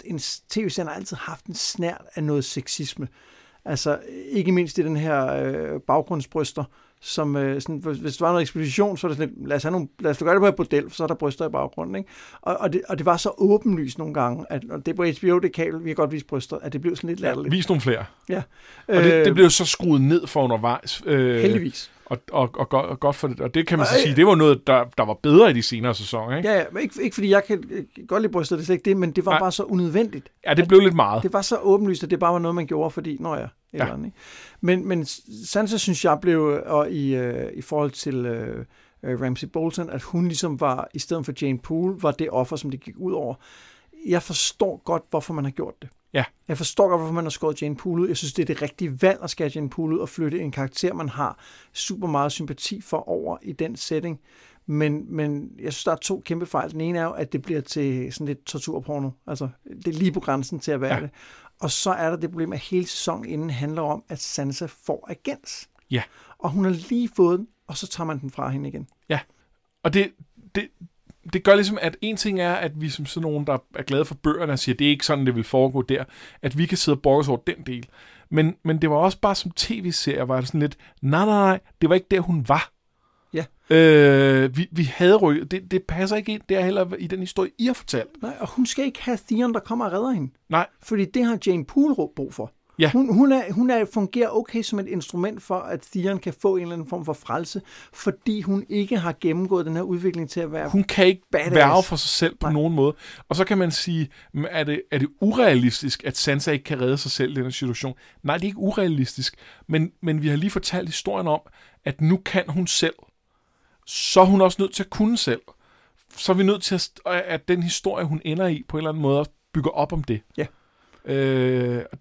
haft en snert af noget sexisme. Altså ikke mindst i den her baggrundsbryster, som sådan, hvis der var noget ekspedition, så er det sådan, lad os gøre det på et bordel, så er der bryster i baggrunden, ikke? Og det var så åbenlyst nogle gange, at det på HBO, det kabel, vi kan godt vise bryster, at det blev sådan lidt latterligt. Vis nogle flere. Ja. Og det blev så skruet ned for undervejs. Heldigvis. Og godt for det. Og det kan man så sige, det var noget, der var bedre i de senere sæsoner, ikke? Ja, men ikke fordi jeg kan godt lide bryster, det er slet ikke det, men det var bare så unødvendigt. Ja, det blev lidt meget. Det var så åbenlyst, at det bare var noget, man gjorde, fordi, eller andet, ikke? Men Sansa, synes jeg, blev, og i forhold til Ramsay Bolton, at hun ligesom var, i stedet for Jane Poole, var det offer, som det gik ud over. Jeg forstår godt, hvorfor man har gjort det. Ja. Jeg forstår godt, hvorfor man har skåret Jane Poole ud. Jeg synes, det er det rigtige valg at skære Jane Poole ud og flytte en karakter, man har super meget sympati for over i den setting. Men jeg synes, der er 2 kæmpe fejl. Den ene er jo, at det bliver til sådan lidt torturporno. Altså, det er lige på grænsen til at være det. Og så er der det problem, at hele sæsonen inden handler om, at Sansa får agens. Ja. Og hun har lige fået den, og så tager man den fra hende igen. Ja. Og det gør ligesom, at en ting er, at vi som sådan nogen, der er glade for bøgerne, og siger, at det er ikke sådan, det vil foregå der, at vi kan sidde og brokke os over den del. Men det var også bare som tv-serie, var det sådan lidt, nej, det var ikke der, hun var. Ja. Vi havde rykket. Det passer ikke ind der heller i den historie, I har fortalt. Nej, og hun skal ikke have Theon, der kommer og redder hende. Nej. Fordi det har Jane Poole brug for. Ja. Hun fungerer okay som et instrument for, at Theon kan få en eller anden form for frelse, fordi hun ikke har gennemgået den her udvikling til at være hun kan ikke badass. værge for sig selv på nogen måde. Og så kan man sige, er det urealistisk, at Sansa ikke kan redde sig selv i den her situation? Nej, det er ikke urealistisk. Men vi har lige fortalt historien om, at nu kan hun selv. Så er hun også nødt til at kunne selv. Så er vi nødt til, at den historie, hun ender i, på en eller anden måde bygger op om det. Ja. Og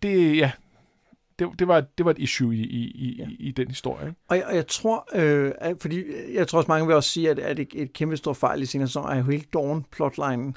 det var et issue i den historie. Ikke? Og jeg tror, fordi jeg tror også mange vil også sige, at et kæmpe stort fejl i senere sæson er jo hele Dawn-plotlinen.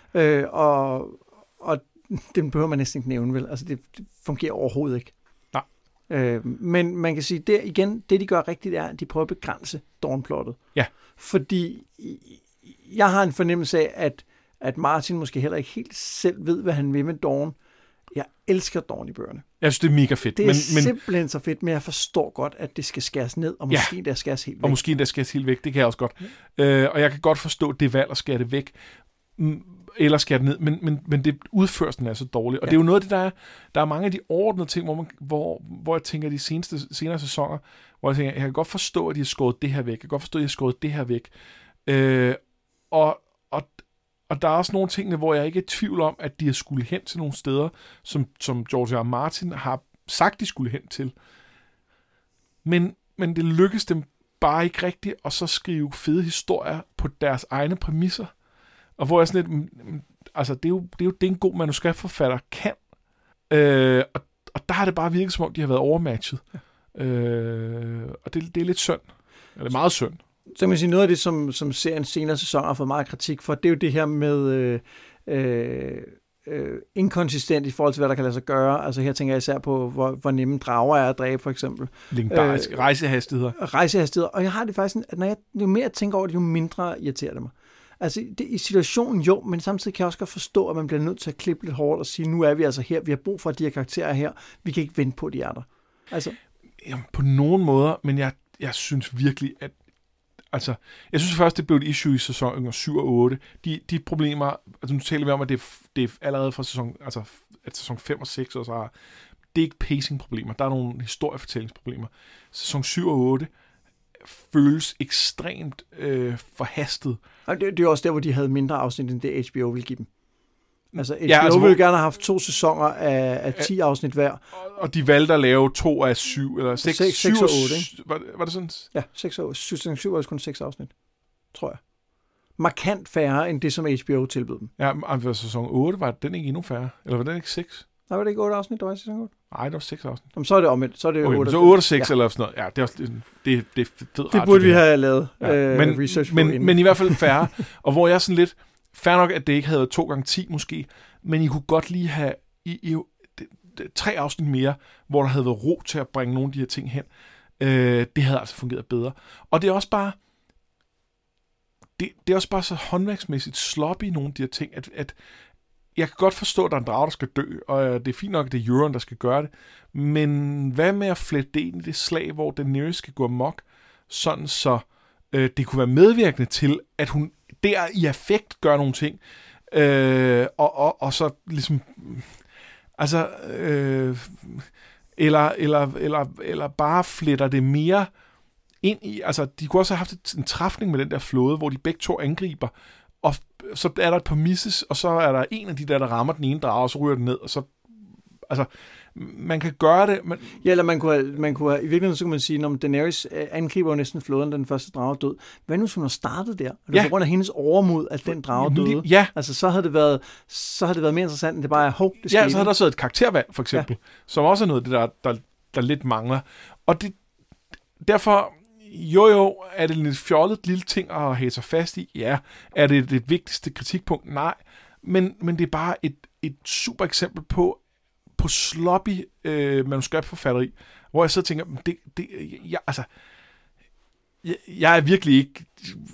Og den behøver man næsten ikke nævne, vel? Altså, det fungerer overhovedet ikke. Nej. Men man kan sige, det de gør rigtigt er, at de prøver at begrænse Dawn-plottet. Ja. Fordi jeg har en fornemmelse af, at Martin måske heller ikke helt selv ved, hvad han vil med Dawn. Jeg elsker Dawn i bøgerne. Jeg synes, det er mega fedt. Det er simpelthen så fedt, men jeg forstår godt, at det skal skæres ned, og måske der skæres helt væk. Og måske der skæres helt væk, det kan jeg også godt. Og jeg kan godt forstå det valg at skære det væk, eller skære det ned, men det udførelsen er så dårligt. Og det er jo noget af det, der er mange af de overordnede ting, hvor jeg tænker de senere sæsoner, hvor jeg tænker, jeg kan godt forstå, at de har skåret det her væk. Jeg kan godt forstå, at de har skåret det her væk. og der er også nogle ting, hvor jeg ikke er i tvivl om, at de har skulle hen til nogle steder, som George R. Martin har sagt, de skulle hen til. Men det lykkedes dem bare ikke rigtigt, og så skrive fede historier på deres egne præmisser. Og hvor jeg sådan lidt, altså det er jo det, en god manuskriptforfatter kan. Og der har det bare virket, som om de har været overmatchet. Ja. Og det er lidt synd. Eller meget synd. Så kan man sige, noget af det, som serien senere sæsoner har fået meget kritik for, det er jo det her med inkonsistent i forhold til, hvad der kan lade sig gøre. Altså her tænker jeg især på, hvor nemme drager er at dræbe, for eksempel. Legendarisk. Rejsehastigheder. Og jeg har det faktisk sådan, at jo mere jeg tænker over det, jo mindre irriterer det mig. Altså i situationen jo, men samtidig kan jeg også godt forstå, at man bliver nødt til at klippe lidt hårdt og sige, nu er vi altså her, vi har brug for de her karakterer her, vi kan ikke vente på, de er der. Altså. Jamen, på nogen måder, men jeg synes virkelig, at altså, jeg synes først, det blev et issue i sæson 7 og 8. De problemer, altså nu taler vi om, at det er allerede fra sæson 5 og 6, og så har det er ikke pacing-problemer, der er nogle historiefortællingsproblemer. Sæson 7 og 8 føles ekstremt forhastet. Og det er også der, hvor de havde mindre afsnit, end det HBO ville give dem. Altså HBO ville gerne have haft 2 sæsoner af 10 afsnit hver. Og de valgte at lave 2 af 7, eller 6 og 8, ikke? Var det sådan? Ja, 6 og 8. Sæson 7 var kun 6 afsnit, tror jeg. Markant færre, end det, som HBO tilbød dem. Ja, men sæson 8 var den ikke endnu færre? Eller var den ikke 6? Nej, var det ikke 8 afsnit, der var i sæson 8? Nej, det var 6 afsnit. Jamen, så er det omvendt. Så er det okay, 8. Så 8 og 6 eller sådan noget. Ja, det er også det er fedt. Det burde vi have lavet research på men i hvert fald færre. Og hvor jeg sådan lidt, fair nok, at det ikke havde været 2 gange 10 måske, men I kunne godt lige have 3 afsnit mere, hvor der havde været ro til at bringe nogle af de her ting hen. Det havde altså fungeret bedre. Og det er også bare det er også bare så håndværksmæssigt sloppy nogle af de her ting, at jeg kan godt forstå, at der er en drage, der skal dø, og det er fint nok, at det er Euron, der skal gøre det, men hvad med at flette det ind i det slag, hvor Daenerys skal gå amok, sådan så det kunne være medvirkende til, at hun der i affekt gør nogle ting, og så ligesom altså eller bare fletter det mere ind i, altså de kunne også have haft en træfning med den der flåde, hvor de begge to angriber, og så er der et par misses, og så er der en af de der rammer den ene drage, og så ryger den ned, og så altså man kan gøre det, men ja, eller man kunne have, i virkeligheden så kunne man sige, når Daenerys angriber jo næsten flåden, den første drage død. Hvad nu, hvis hun har startet der? Og det var på grund af hendes overmod, at den drage døde. Ja. Altså, så havde det været mere interessant, end det bare er, det skete. Ja, så havde der så et karaktervalg, for eksempel, som også er noget af det, der lidt mangler. Og det, derfor, jo, er det en lidt fjollet lille ting at have sig fast i? Ja. Er det det vigtigste kritikpunkt? Nej. Men det er bare et super eksempel på sloppy manuskriptforfatteri, hvor jeg så tænker, jeg er virkelig ikke,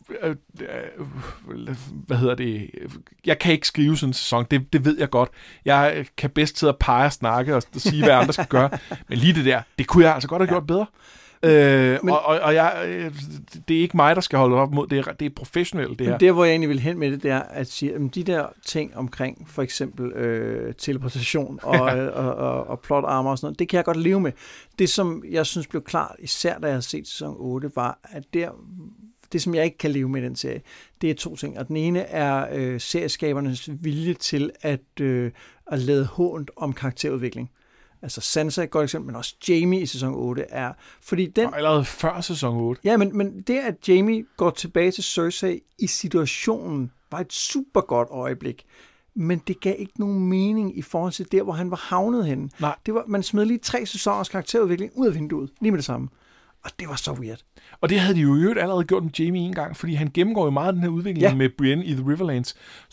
jeg kan ikke skrive sådan en sæson, det ved jeg godt. Jeg kan bedst sidde og pege og snakke og sige, hvad andre skal gøre, men lige det der, det kunne jeg altså godt have gjort bedre. Og det er ikke mig, der skal holde op mod det er professionelt det her. Der hvor jeg egentlig vil hen med det er at sige, at de der ting omkring for eksempel teleportation og plot armor og sådan noget, det kan jeg godt leve med. Det som jeg synes blev klart, især da jeg har set sæson 8, var at det som jeg ikke kan leve med i den serie, det er 2 ting. Og den ene er serieskabernes vilje til at lade hånd om karakterudvikling. Altså Sansa er et godt eksempel, men også Jaime i sæson 8 er, fordi den... Og allerede før sæson 8. Ja, men det, at Jaime går tilbage til Cersei i situationen, var et super godt øjeblik. Men det gav ikke nogen mening i forhold til der, hvor han var havnet henne. Nej. Man smed lige 3 sæsoners karakterudvikling ud af vinduet, lige med det samme. Og det var så weird. Og det havde de jo i øvrigt allerede gjort med Jaime en gang, fordi han gennemgår jo meget den her udvikling med Brienne i The Riverlands.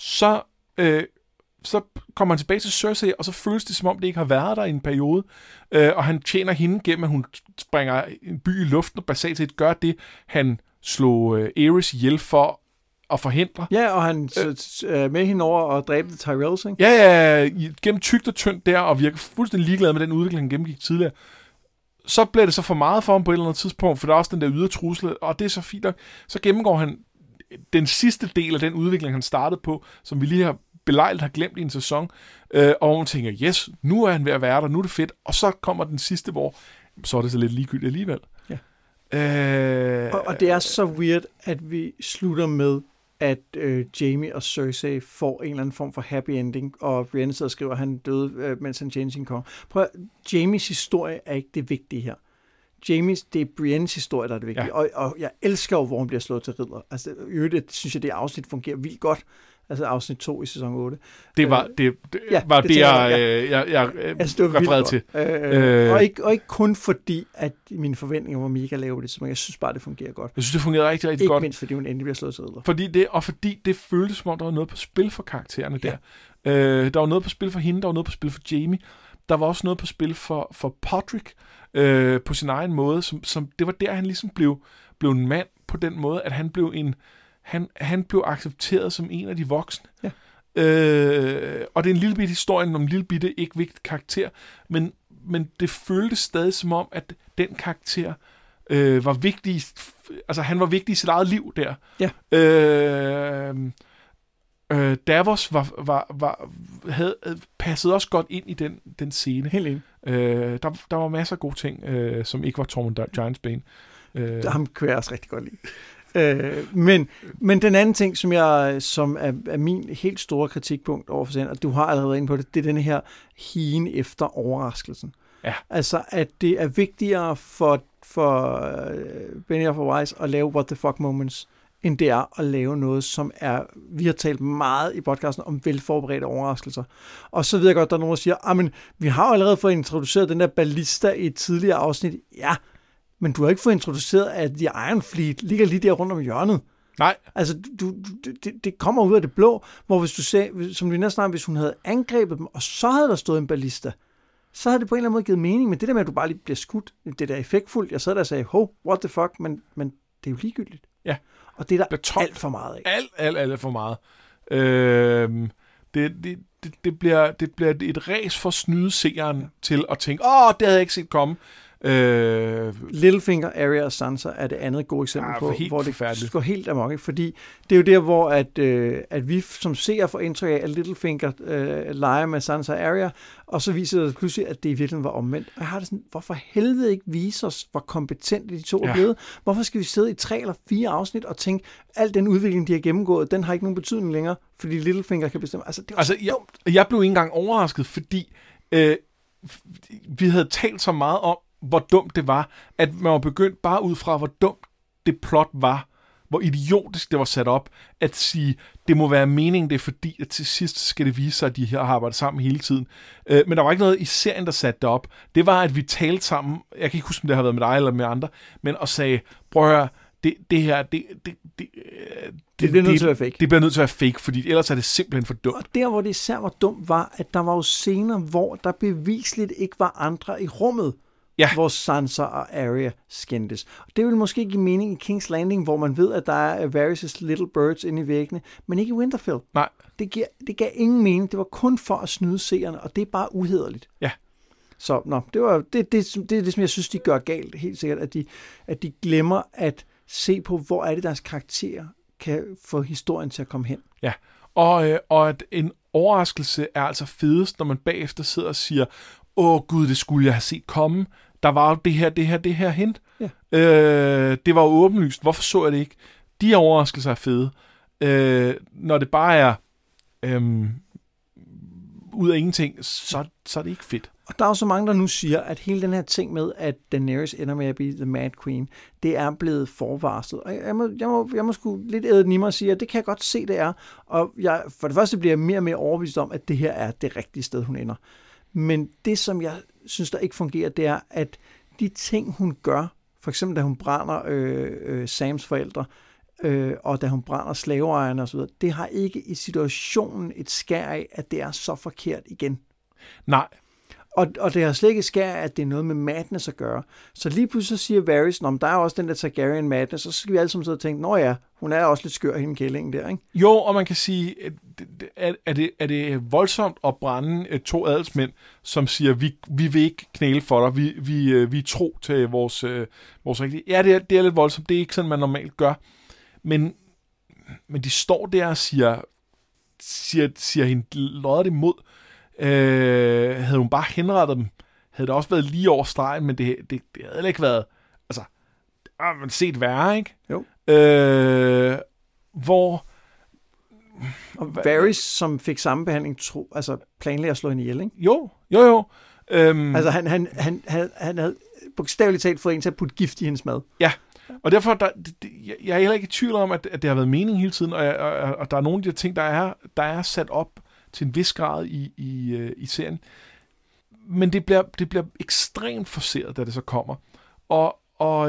Så kommer han tilbage til Cersei, og så føles det, som om det ikke har været der i en periode. Og han tjener hende gennem, at hun springer en by i luften, og basalt set gør det, han slog Aerys ihjel for at forhindre. Ja, og han med hende over og dræbte Tyrells, ikke? Ja, gennem tykt og tyndt der, og virker fuldstændig ligeglad med den udvikling, han gennemgik tidligere. Så bliver det så for meget for ham på et eller andet tidspunkt, for der er også den der ydre trussel, og det er så fint nok. Så gennemgår han den sidste del af den udvikling, han startede på, som vi lige har belejligt har glemt i en sæson, og hun tænker, yes, nu er han ved at være der, nu er det fedt, og så kommer den sidste, hvor så er det så lidt ligegyldigt alligevel. Ja. Og det er så weird, at vi slutter med at Jaime og Cersei får en eller anden form for happy ending, og Brienne sidder og skriver, at han døde, mens han tjente sin konge. Prøv at, Jaimes historie er ikke det vigtige her. Det er Briennes historie, der er det vigtige. Ja. Og jeg elsker jo, hvor hun bliver slået til ridder. Altså, det synes jeg, det afsnit fungerer vildt godt. Altså afsnit 2 i sæson 8. Det var det jeg refererede til. Og ikke kun fordi, at mine forventninger var mega lave det, men jeg synes bare, det fungerer godt. Jeg synes, det fungerede rigtig, rigtig ikke godt. Ikke mindst, fordi hun endelig bliver slået til ridder. Fordi det føltes som om, der var noget på spil for karaktererne der. Der var noget på spil for hende, der var noget på spil for Jaime. Der var også noget på spil for Podrick på sin egen måde. Som det var der, han ligesom blev en mand på den måde, at han blev han blev accepteret som en af de voksne. Ja. Og det er en lille bitte historie om en lille bitte, ikke vigtig karakter, men det føltes stadig som om, at den karakter var vigtig, altså han var vigtig i sit eget liv der. Ja. Davos havde passet også godt ind i den scene. Helt enig. Der var masser af gode ting, som ikke var Tormund Giantsbane. Ham kunne jeg også rigtig godt lide. Men den anden ting, som er min helt store kritikpunkt overfor serien, og du har allerede været inde på det, det er den her higen efter overraskelsen. Ja. Altså, at det er vigtigere for Benioff og Weiss at lave what the fuck moments, end det er at lave noget, som vi har talt meget i podcasten om velforberedte overraskelser. Og så ved jeg godt, der er nogen, der siger, men vi har jo allerede fået introduceret den der ballista i et tidligere afsnit. Ja, men du har ikke fået introduceret, at The Iron Fleet ligger lige der rundt om hjørnet. Nej. Altså, det kommer ud af det blå, hvor hvis du sagde, som vi næsten hvis hun havde angrebet dem, og så havde der stået en ballista, så havde det på en eller anden måde givet mening, men det der med, at du bare lige bliver skudt, det der er effektfuldt. Jeg sad der og sagde, what the fuck, men det er jo ligegyldigt. Ja. Og det er der alt for meget af. Alt for meget. Det bliver et ræs for at snyde seeren til at tænke, det havde jeg ikke set komme. Littlefinger, Arya og Sansa er det andet gode eksempel på, hvor det går helt amok, ikke? Fordi det er jo der, hvor at vi som seere får indtryk af, at Littlefinger leger med Sansa og Arya, og så viser det pludselig, at det i virkeligheden var omvendt. Og jeg har det sådan, hvorfor helvede ikke vise os, hvor kompetente de to er blevet? Hvorfor skal vi sidde i 3 eller 4 afsnit og tænke, al den udvikling, de har gennemgået, den har ikke nogen betydning længere, fordi Littlefinger kan bestemme. Altså, det var dumt. Jeg blev ikke engang overrasket, fordi vi havde talt så meget om, hvor dumt det var, at man var begyndt bare ud fra, hvor dumt det plot var, hvor idiotisk det var sat op, at sige, det må være meningen, det er fordi, at til sidst skal det vise sig, at de her har arbejdet sammen hele tiden. Men der var ikke noget i serien, der satte det op. Det var, at vi talte sammen, jeg kan ikke huske, om det har været med dig eller med andre, men og sagde, prøv at høre, det her, det bliver nødt til at være fake. Det bliver nødt til at være fake, fordi ellers er det simpelthen for dumt. Og der, hvor det især var dumt, var, at der var jo scener, hvor der bevisligt ikke var andre i rummet, hvor Sansa og Arya skændtes. Og det vil måske give mening i King's Landing, hvor man ved, at der er Varys' little birds inde i væggene, men ikke i Winterfell. Nej. Det gav ingen mening. Det var kun for at snyde seerne, og det er bare uhederligt. Ja. Så det som jeg synes, de gør galt, helt sikkert, at de glemmer at se på, hvor er det, deres karakterer kan få historien til at komme hen. Ja, og at en overraskelse er altså fedest, når man bagefter sidder og siger, gud, det skulle jeg have set komme. Der var jo det her hint. Ja. Det var jo åbenlyst. Hvorfor så jeg det ikke? De overraskelser er fede. Når det bare er ud af ingenting, så er det ikke fedt. Og der er jo så mange, der nu siger, at hele den her ting med, at Daenerys ender med at blive The Mad Queen, det er blevet forvarslet. Og jeg må sgu lidt æde den i mig og sige, at det kan jeg godt se, det er. Og for det første bliver jeg mere og mere overbevist om, at det her er det rigtige sted, hun ender. Men det, som jeg synes, der ikke fungerer, det er, at de ting, hun gør, for eksempel da hun brænder Sams forældre, og da hun brænder slaveejerne osv., det har ikke i situationen et skær af, at det er så forkert igen. Nej. Og det har slet ikke skær af, at det er noget med madness at gøre. Så lige pludselig siger Varys, der er også den der Targaryen madness, og så skal vi alle sammen sidde og tænke, nå ja, hun er også lidt skør, hende kællingen der, ikke? Jo, og man kan sige, er det voldsomt at brænde 2 adelsmænd, som siger, vi vil ikke knæle for dig, vi er tro til vores rigtige. Ja, det er lidt voldsomt, det er ikke sådan, man normalt gør. Men de står der og siger hende lodret imod. Havde hun bare henrettet dem, havde det også været lige over stregen, men det havde ikke været, altså, man set værre, ikke? Jo. Hvor Og Varys, som fik samme behandling, planlagde at slå hende ihjel, ikke? Jo. Altså, han havde bogstaveligt talt fået en til at putte gift i hendes mad. Ja, og derfor, jeg er heller ikke i tvivl om, at det har været meningen hele tiden, og der er nogle af de ting, der er sat op til en vis grad i serien. Men det bliver ekstremt forceret, da det så kommer. Og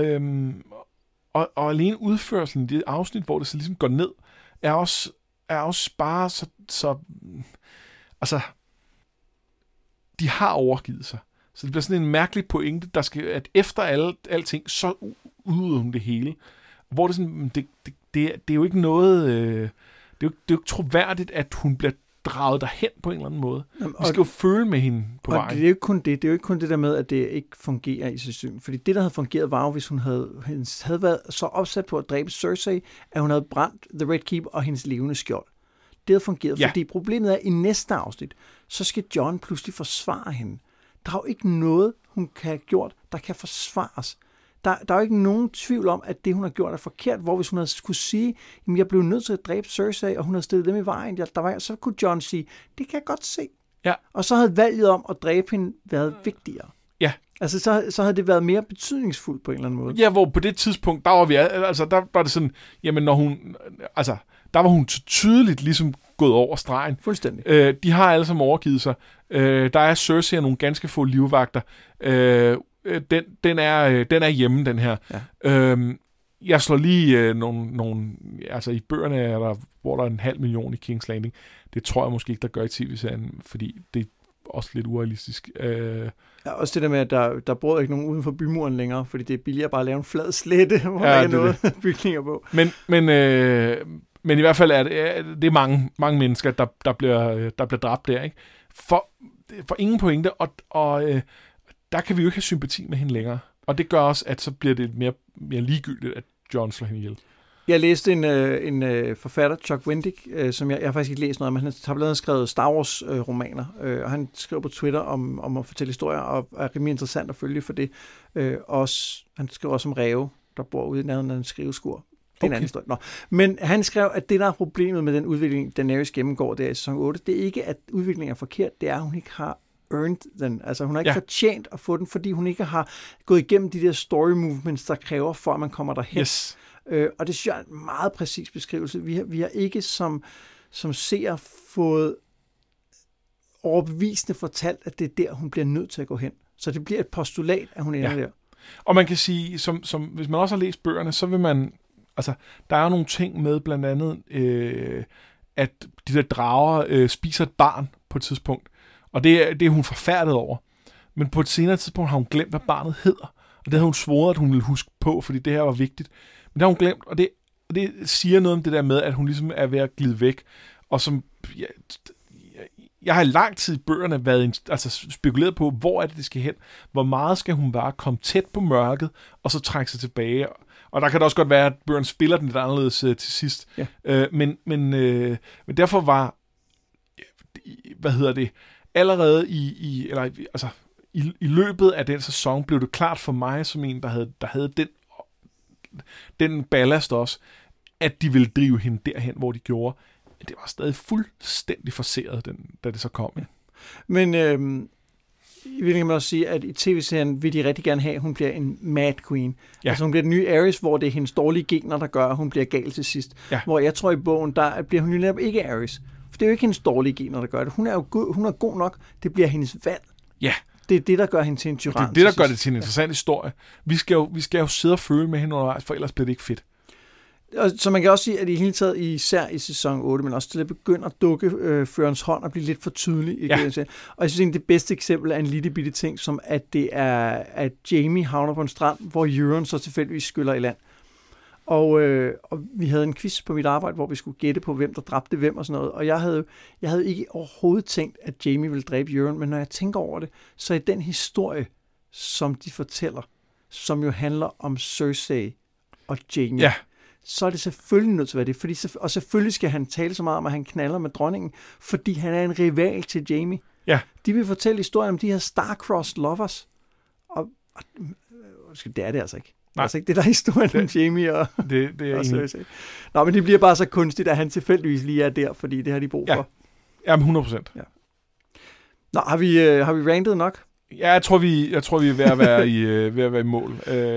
alene udførelsen i det afsnit, hvor det så ligesom går ned, er også bare så altså, de har overgivet sig. Så det bliver sådan en mærkelig pointe, der skal, at efter alting, så udøver hun det hele. Hvor det sådan, det er jo ikke noget, det er jo ikke troværdigt, at hun bliver draget derhen på en eller anden måde. Jamen, vi skal jo føle med hende på vejen. Det er jo ikke kun det. Det er jo ikke kun det der med, at det ikke fungerer i sæsonen. Fordi det, der havde fungeret, var jo, hvis hun havde været så opsat på at dræbe Cersei, at hun havde brændt The Red Keep og hendes levende skjold. Det havde fungeret, fordi problemet er, at i næste afsnit, så skal Jon pludselig forsvare hende. Der er jo ikke noget, hun kan have gjort, der kan forsvares. Der er jo ikke nogen tvivl om, at det, hun har gjort, er forkert. Hvor hvis hun havde skulle sige, at jeg blev nødt til at dræbe Cersei, og hun havde stillet dem i vejen, så kunne Jon sige, det kan jeg godt se. Ja. Og så havde valget om at dræbe hende været vigtigere. Ja. Altså, så havde det været mere betydningsfuldt på en eller anden måde. Ja, hvor på det tidspunkt, der var det sådan, jamen når hun, altså, der var hun tydeligt ligesom gået over stregen. Fuldstændig. De har alle sammen overgivet sig. Der er Cersei og nogle ganske få livvagter. Den er hjemme, den her. Ja. Jeg slår lige nogle altså i bøgerne hvor der er 500.000 i King's Landing. Det tror jeg måske ikke, der gør i tv-serien, fordi det er også lidt urealistisk. Ja, også det der med, at der bor ikke nogen uden for bymuren længere, fordi det er billigere bare at lave en flad slette, hvor der er noget bygninger på. Men i hvert fald er det er mange mennesker, der bliver dræbt der, ikke? For ingen pointe, og der kan vi jo ikke have sympati med hende længere. Og det gør også, at så bliver det mere ligegyldigt, at Jon slår hende ihjel. Jeg læste en forfatter, Chuck Wendig, som jeg har faktisk ikke læst noget, men han har blandt andet skrevet Star Wars romaner, og han skriver på Twitter om at fortælle historier, og er rimelig interessant at følge for det. Han skriver også om ræve, der bor ude i nærheden af en skriveskur. Det er en anden historie. Nå. Men han skrev, at det, der er problemet med den udvikling, Daenerys gennemgår der i sæson 8, det er ikke, at udviklingen er forkert, det er, at hun ikke har earned den. Altså, hun har ikke fortjent at få den, fordi hun ikke har gået igennem de der story movements, der kræver for, at man kommer derhen. Yes. Og det synes jeg er en meget præcis beskrivelse. Vi har ikke som seer fået overbevisende fortalt, at det er der, hun bliver nødt til at gå hen. Så det bliver et postulat, at hun ender der. Og man kan sige, som hvis man også har læst bøgerne, så vil man, altså, der er jo nogle ting med, blandt andet, at de der drager spiser et barn på et tidspunkt. Og det er hun forfærdet over. Men på et senere tidspunkt har hun glemt, hvad barnet hedder. Og det havde hun svoret, at hun ville huske på, fordi det her var vigtigt. Men det har hun glemt, og det siger noget om det der med, at hun ligesom er ved at glide væk. Og som jeg har i lang tid i bøgerne været spekuleret på, hvor er det skal hen. Hvor meget skal hun bare komme tæt på mørket, og så trække sig tilbage. Og der kan det også godt være, at bøgerne spiller den lidt anderledes til sidst. Ja. Men derfor var, allerede i løbet af den sæson blev det klart for mig, som en, der havde den ballast også, at de ville drive hende derhen, hvor de gjorde. Det var stadig fuldstændig forceret, da det så kom. Ja. Men vil jeg også sige, at i tv-serien vil de rigtig gerne have, at hun bliver en Mad Queen. Ja. Altså hun bliver den nye Aerys, hvor det er hendes dårlige gener, der gør, at hun bliver gal til sidst. Ja. Hvor jeg tror i bogen, der bliver hun jo netop ikke Aerys. For det er jo ikke hendes dårlige gener, der gør det. Hun er god nok. Det bliver hendes valg. Ja. Det er det, der gør hende til en tyran. Det er det, der gør det til en interessant historie. Vi skal jo sidde og føle med hende undervejs, for ellers bliver det ikke fedt. Så man kan også sige, at i hele taget, især i sæson 8, men også til at begynde at dukke førens hånd og blive lidt for tydelig. I det. Og jeg synes egentlig, det bedste eksempel er en lille bitte ting, som at det er, at Jaime havner på en strand, hvor Euron så tilfældigvis skyller i land. Og vi havde en quiz på mit arbejde, hvor vi skulle gætte på, hvem der dræbte hvem og sådan noget. Og jeg havde ikke overhovedet tænkt, at Jaime ville dræbe Euron, men når jeg tænker over det, så er den historie, som de fortæller, som jo handler om Cersei og Jaime, så er det selvfølgelig nødt til at være det. Og selvfølgelig skal han tale så meget om, at han knaller med dronningen, fordi han er en rival til Jaime. Ja. De vil fortælle historien om de her star-crossed lovers. Og det er det altså ikke. Nej. Altså ikke det, der er historien om Jamie og Cersei. Nå, men det bliver bare så kunstigt, at han tilfældigvis lige er der, fordi det har de brug for. Ja, 100%. Ja. Nå, har vi rantet nok? Ja, jeg tror, vi er ved at være i mål.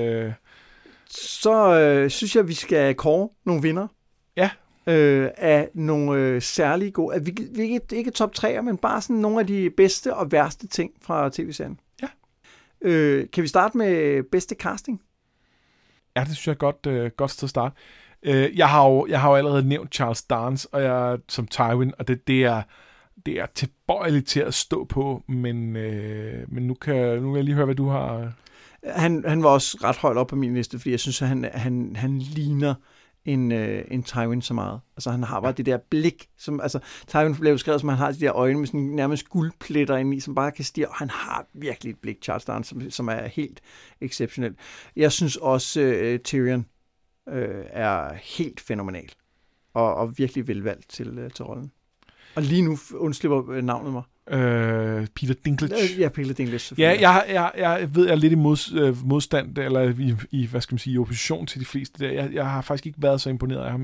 Så synes jeg, vi skal kåre nogle vinder. Ja. Af nogle særlige gode... At vi ikke top 3'er, men bare sådan nogle af de bedste og værste ting fra tv-serien. Ja. Kan vi starte med bedste casting? Ja, det synes jeg er godt sted at starte. Jeg har jo allerede nævnt Charles Dance som Tywin, og det er tilbøjeligt til at stå på, men nu kan jeg lige høre, hvad du har... Han var også ret højt op på min liste, fordi jeg synes, at han ligner en Tywin så meget. Altså han har bare det der blik, som, altså Tywin blev beskrevet som, han har de der øjne med sådan nærmest guldpletter indeni, som bare kan stirre, og han har virkelig et blik, Charles Dance, som er helt exceptionelt. Jeg synes også, Tyrion er helt fænomenal, og virkelig velvalgt til rollen. Og lige nu undslipper navnet mig. Peter Dinklage. Ja, Peter Dinklage. Ja, jeg ved, jeg er lidt i modstand, eller i hvad skal man sige, i opposition til de fleste der. Jeg har faktisk ikke været så imponeret af ham.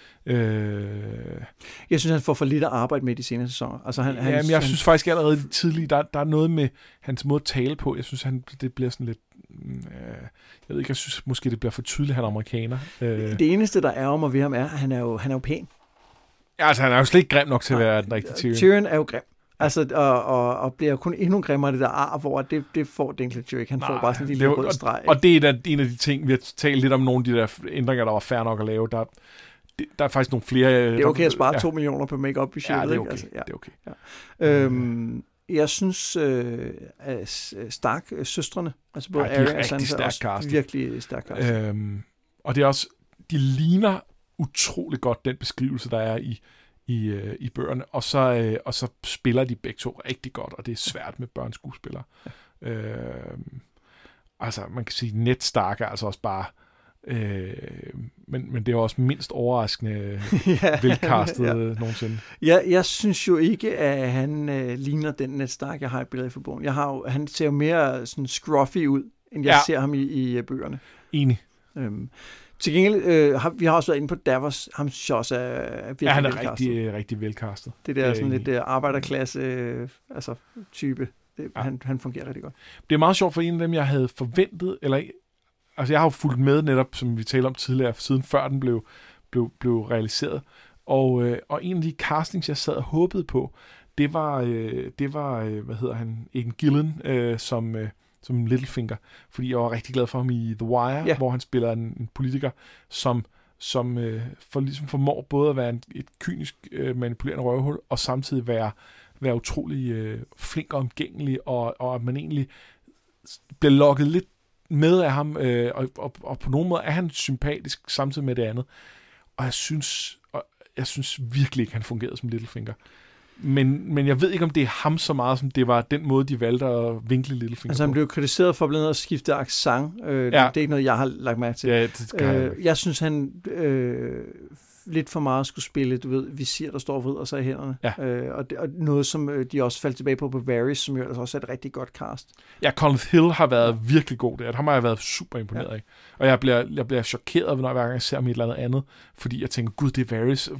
Jeg synes, han får for lidt at arbejde med i de senere sæsoner. Altså, men jeg synes faktisk allerede tidligt, der er noget med hans måde at tale på. Jeg synes, det bliver sådan lidt... jeg ved ikke, jeg synes måske, det bliver for tydeligt, at han er amerikaner. Det eneste, der ærger mig ved ham, er, at han er jo pæn. Ja, altså, han er jo slet ikke grim nok til at være den rigtige Tyrion. Tyrion er jo grim. Altså, og bliver kun endnu grimmere det der ar, hvor det får Dinklage jo ikke. Han får bare sådan en lille rød streg. Og det er en af de ting, vi har talt lidt om, nogle af de der ændringer, der var fair nok at lave. Der er faktisk nogle flere... Det er okay at spare 2 millioner på make-up-budgettet. Ja, det er okay. Altså, ja. Det er okay. Jeg synes, Stark-søstrene, altså både Arya og Sansa, er virkelig stærk cast. Og det er også... De ligner utrolig godt den beskrivelse, der er i bøgerne, og så spiller de begge to rigtig godt, og det er svært med børneskuespillere. Ja. Altså, man kan sige, Ned Stark er altså også bare men det er også mindst overraskende velcastet nogensinde. Jeg synes jo ikke, at han ligner den Ned Stark, jeg har i billedet for bogen. Han ser jo mere sådan scruffy ud, end jeg ser ham i bøgerne. Enig. Til gengæld, vi har også været inde på Davos. Ham synes jeg også er virkelig han er rigtig, rigtig velcastet. Det der sådan lidt arbejderklasse type. Han fungerer rigtig godt. Det er meget sjovt for en af dem, jeg havde forventet, altså jeg har jo fulgt med netop, som vi talte om tidligere, siden før den blev realiseret. Og en af de castings, jeg sad og håbede på, det var hvad hedder han, Aidan Gillen, som Littlefinger, fordi jeg var rigtig glad for ham i The Wire, hvor han spiller en politiker, som ligesom formår både at være et kynisk manipulerende røvhul, og samtidig være utrolig flink og omgængelig, og at man egentlig bliver lokket lidt med af ham, og på nogen måde er han sympatisk samtidig med det andet. Og jeg synes virkelig ikke, han fungerede som Littlefinger. Men jeg ved ikke, om det er ham så meget, som det var den måde, de valgte at vinkle Littlefinger altså, han blev kritiseret for blandt andet at skifte accent. Det er ikke noget, jeg har lagt mærke til. Ja, jeg synes, han lidt for meget skulle spille, du ved, visir, der står og vrider sig i hænderne. Ja. Og noget, som de også faldt tilbage på Varys, som jo også er et rigtig godt cast. Ja, Colin Hill har været virkelig god der. Ham har jeg været super imponeret af. Og jeg bliver chokeret, når hver gang jeg ser ham i et eller andet, fordi jeg tænker, gud, det er Varys.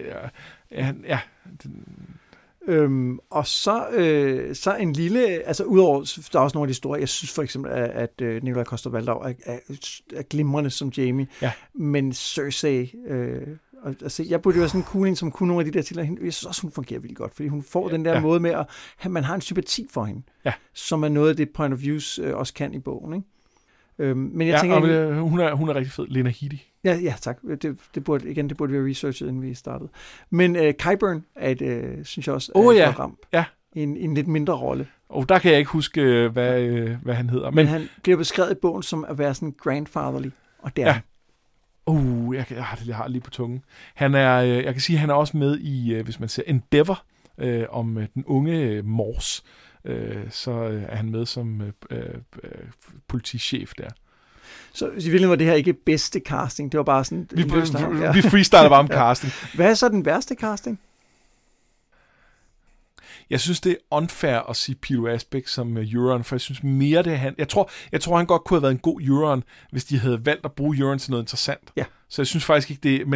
Og så en lille, altså udover, der er også nogle af de store, jeg synes for eksempel, at Nikolaj Coster-Waldau er glimrende som Jamie, men Cersei, altså jeg burde jo være sådan en cool, som kunne nogle af de der titler, jeg synes også, hun fungerer vildt godt, fordi hun får den der måde med, at man har en sympati for hende, som er noget af det point of views også kan i bogen, ikke? Men jeg tænker... Hun er rigtig fed. Lena Headey. Ja, tak. Det burde vi have researchet, inden vi startede. Men Qyburn er et, synes jeg også, er et ramt. Ja. En lidt mindre rolle. Og der kan jeg ikke huske, hvad han hedder. Men han bliver beskrevet i bogen som at være sådan grandfatherly, og det er han. Jeg har lige på tungen. Jeg kan sige, at han er også med i, hvis man ser Endeavor, om den unge Morse, så er han med som politichef der. Så i virkeligheden var det her ikke bedste casting, det var bare sådan... Vi freestyler bare om casting. Hvad er så den værste casting? Jeg synes, det er unfair at sige Peter Asbeck som Euron, for jeg synes mere, det er han. Jeg tror, han godt kunne have været en god Euron, hvis de havde valgt at bruge Euron til noget interessant. Ja. Så jeg synes faktisk ikke det,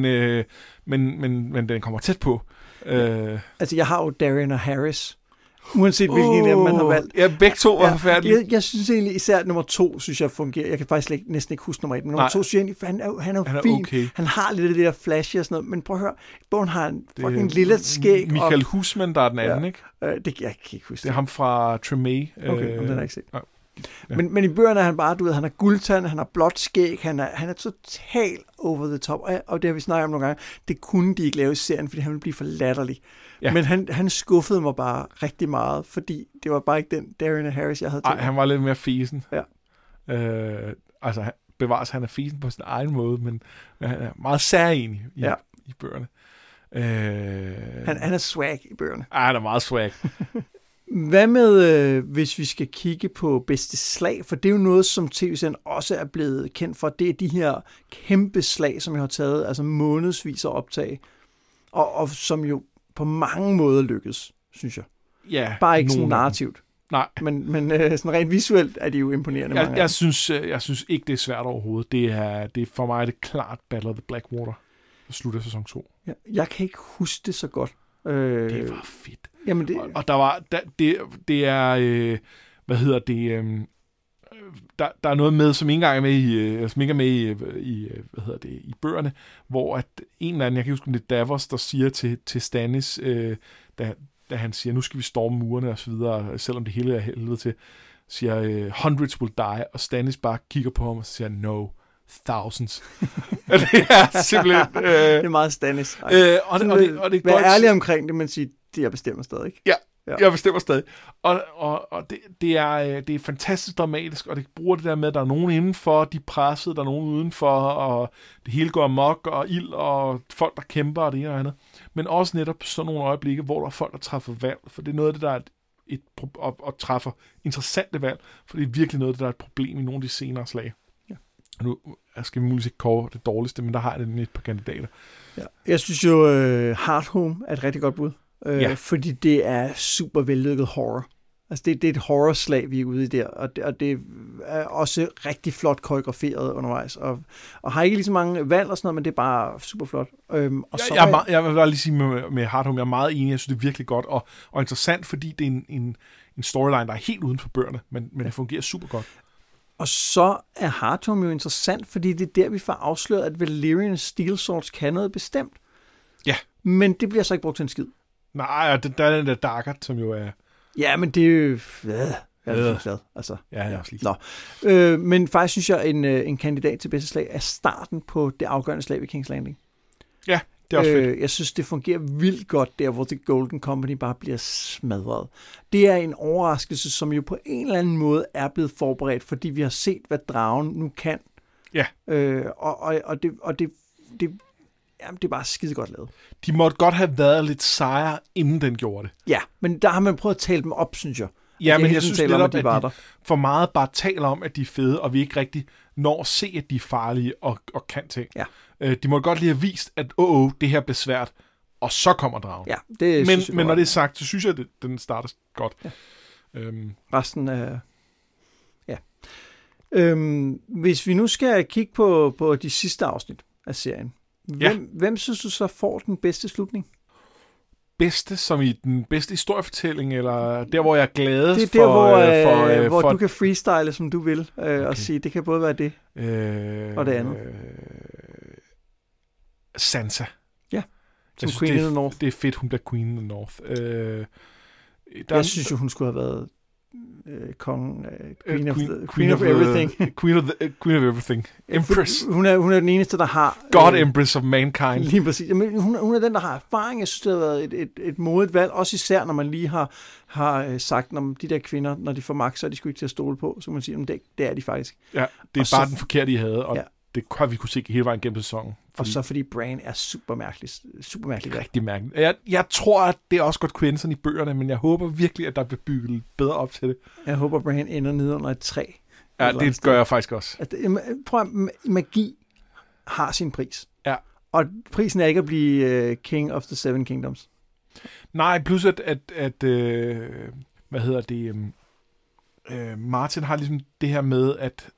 men den kommer tæt på. Altså, jeg har jo Darren og Harris, uanset hvilken af dem man har valgt. Ja, begge to var forfærdelige. Jeg synes egentlig, især nummer 2, synes jeg fungerer. Jeg kan faktisk næsten ikke huske nummer 1, men nummer 2 synes jeg egentlig, han er fin. Okay. Han har lidt af det der flashy og sådan noget, men prøv at høre, bogen har en fucking lille skæg. Michael Husman, der er den anden, ikke? Det jeg kan ikke huske. Det er ham fra Tremay. Okay, den har jeg ikke set. Ja. Men i bøgerne er han bare, du ved, han har guldtand, han har blåt skæg, han er totalt over the top, og det har vi snakket om nogle gange, det kunne de ikke lave i serien, fordi han ville blive for latterlig. Ja. Men han skuffede mig bare rigtig meget, fordi det var bare ikke den Darren Harris, jeg havde tænkt. Nej, han var lidt mere fesen. Ja. Altså, bevares, han er fesen på sin egen måde, men han er meget særenig i bøgerne. Han er swag i bøgerne. Han er meget swag. Hvad med, hvis vi skal kigge på bedste slag? For det er jo noget, som tv-serien også er blevet kendt for. Det er de her kæmpe slag, som jeg har taget, altså månedsvis at optage. Og som jo på mange måder lykkes, synes jeg. Ja. Bare ikke sådan narrativt. Nej. Men sådan rent visuelt er de jo imponerende. Jeg synes ikke, det er svært overhovedet. Det er for mig det klart Battle of the Blackwater. Slutter sæson 2. Ja, jeg kan ikke huske det så godt. Det var fedt. Jamen det... Og der var, det er, hvad hedder det, der er noget med, som ikke engang er med i hvad hedder det, i bøgerne, hvor at en eller anden, jeg kan huske, det er Davos, der siger til Stannis, da han siger, nu skal vi storme murene og så videre, selvom det hele er helvede til, siger, hundreds will die, og Stannis bare kigger på ham og siger, no, thousands. Det er simpelthen... det er meget Stannis. Og det vær ærlig omkring det, men sige, det jeg bestemmer stadig, ikke? Ja, jeg bestemmer stadig. Og det er fantastisk dramatisk, og det bruger det der med, at der er nogen indenfor, de er presset, der er nogen udenfor, og det hele går amok, og ild, og folk, der kæmper, og det ene og andet. Men også netop sådan nogle øjeblikke, hvor der er folk, der træffer valg, for det er noget af det, der er og træffer interessante valg, for det er virkelig noget af det, der er et problem i nogle af de senere slag. Nu skal vi muligvis ikke kåre det dårligste, men der har jeg et par kandidater. Ja. Jeg synes jo, Hard Home er et rigtig godt bud, fordi det er super vellykket horror. Altså det er et horrorslag, vi er ude i der, og det er også rigtig flot koreograferet undervejs, og har ikke lige så mange valg og sådan noget, men det er bare super flot. Jeg vil bare lige sige med Hard Home, jeg er meget enig, jeg synes, det er virkelig godt og interessant, fordi det er en storyline, der er helt uden for bøgerne, men det fungerer super godt. Og så er Hard Home jo interessant, fordi det er der, vi får afsløret, at Valyrian Steel Swords kan noget bestemt. Ja. Men det bliver så ikke brugt til en skid. Nej, der er den der Darkert, som jo er... Ja, men det er jo... Jeg er glad. Altså, ja, jeg er også lige. Men faktisk synes jeg, en kandidat til bedste slag er starten på det afgørende slag ved King's Landing. Ja, det er også fedt. Jeg synes, det fungerer vildt godt der, hvor The Golden Company bare bliver smadret. Det er en overraskelse, som jo på en eller anden måde er blevet forberedt, fordi vi har set, hvad dragen nu kan. Ja. Det er bare skide godt lavet. De måtte godt have været lidt sejre, inden den gjorde det. Ja, men der har man prøvet at tale dem op, synes jeg. Ja, men jeg synes netop, at de for meget bare taler om, at de er fede, og vi ikke rigtig når at se, at de er farlige og kan ting. Ja. De må godt lige have vist, at det her bliver svært, og så kommer dragen. Ja, det synes jeg men når det er sagt, så synes jeg, at den starter godt. Ja. Resten er... Ja. Hvis vi nu skal kigge på de sidste afsnit af serien, hvem synes du så får den bedste slutning? Bedste, som i den bedste historiefortælling, eller der, hvor jeg er gladest det er der, hvor du kan freestyle, som du vil, og sige, det kan både være det og det andet. Sansa. Ja, som Queen of the North. Det er fedt, hun bliver Queen of the North. Jeg synes jo, hun skulle have været Queen of Everything. Queen of Everything. Empress. Hun er den eneste, der har... God Empress of Mankind. Lige præcis. Jamen, hun er den, der har erfaring. Jeg synes, det har været et modigt valg. Også især, når man lige har sagt, om de der kvinder, når de får magt, så er de sgu ikke til at stole på. Så kan man sige, at det er de faktisk. Ja, det er bare den forkerte, de havde. Og det har vi kunne se hele vejen gennem sæsonen. Og så fordi Bran er super mærkelig. Rigtig mærkeligt. Jeg tror, at det er også godt kunne i bøgerne, men jeg håber virkelig, at der bliver bygget bedre op til det. Jeg håber, Bran ender nede under et træ. Ja, det gør jeg faktisk også. Prøv at magi har sin pris. Ja. Og prisen er ikke at blive King of the Seven Kingdoms. Nej, plus at hvad hedder det, Martin har ligesom det her med,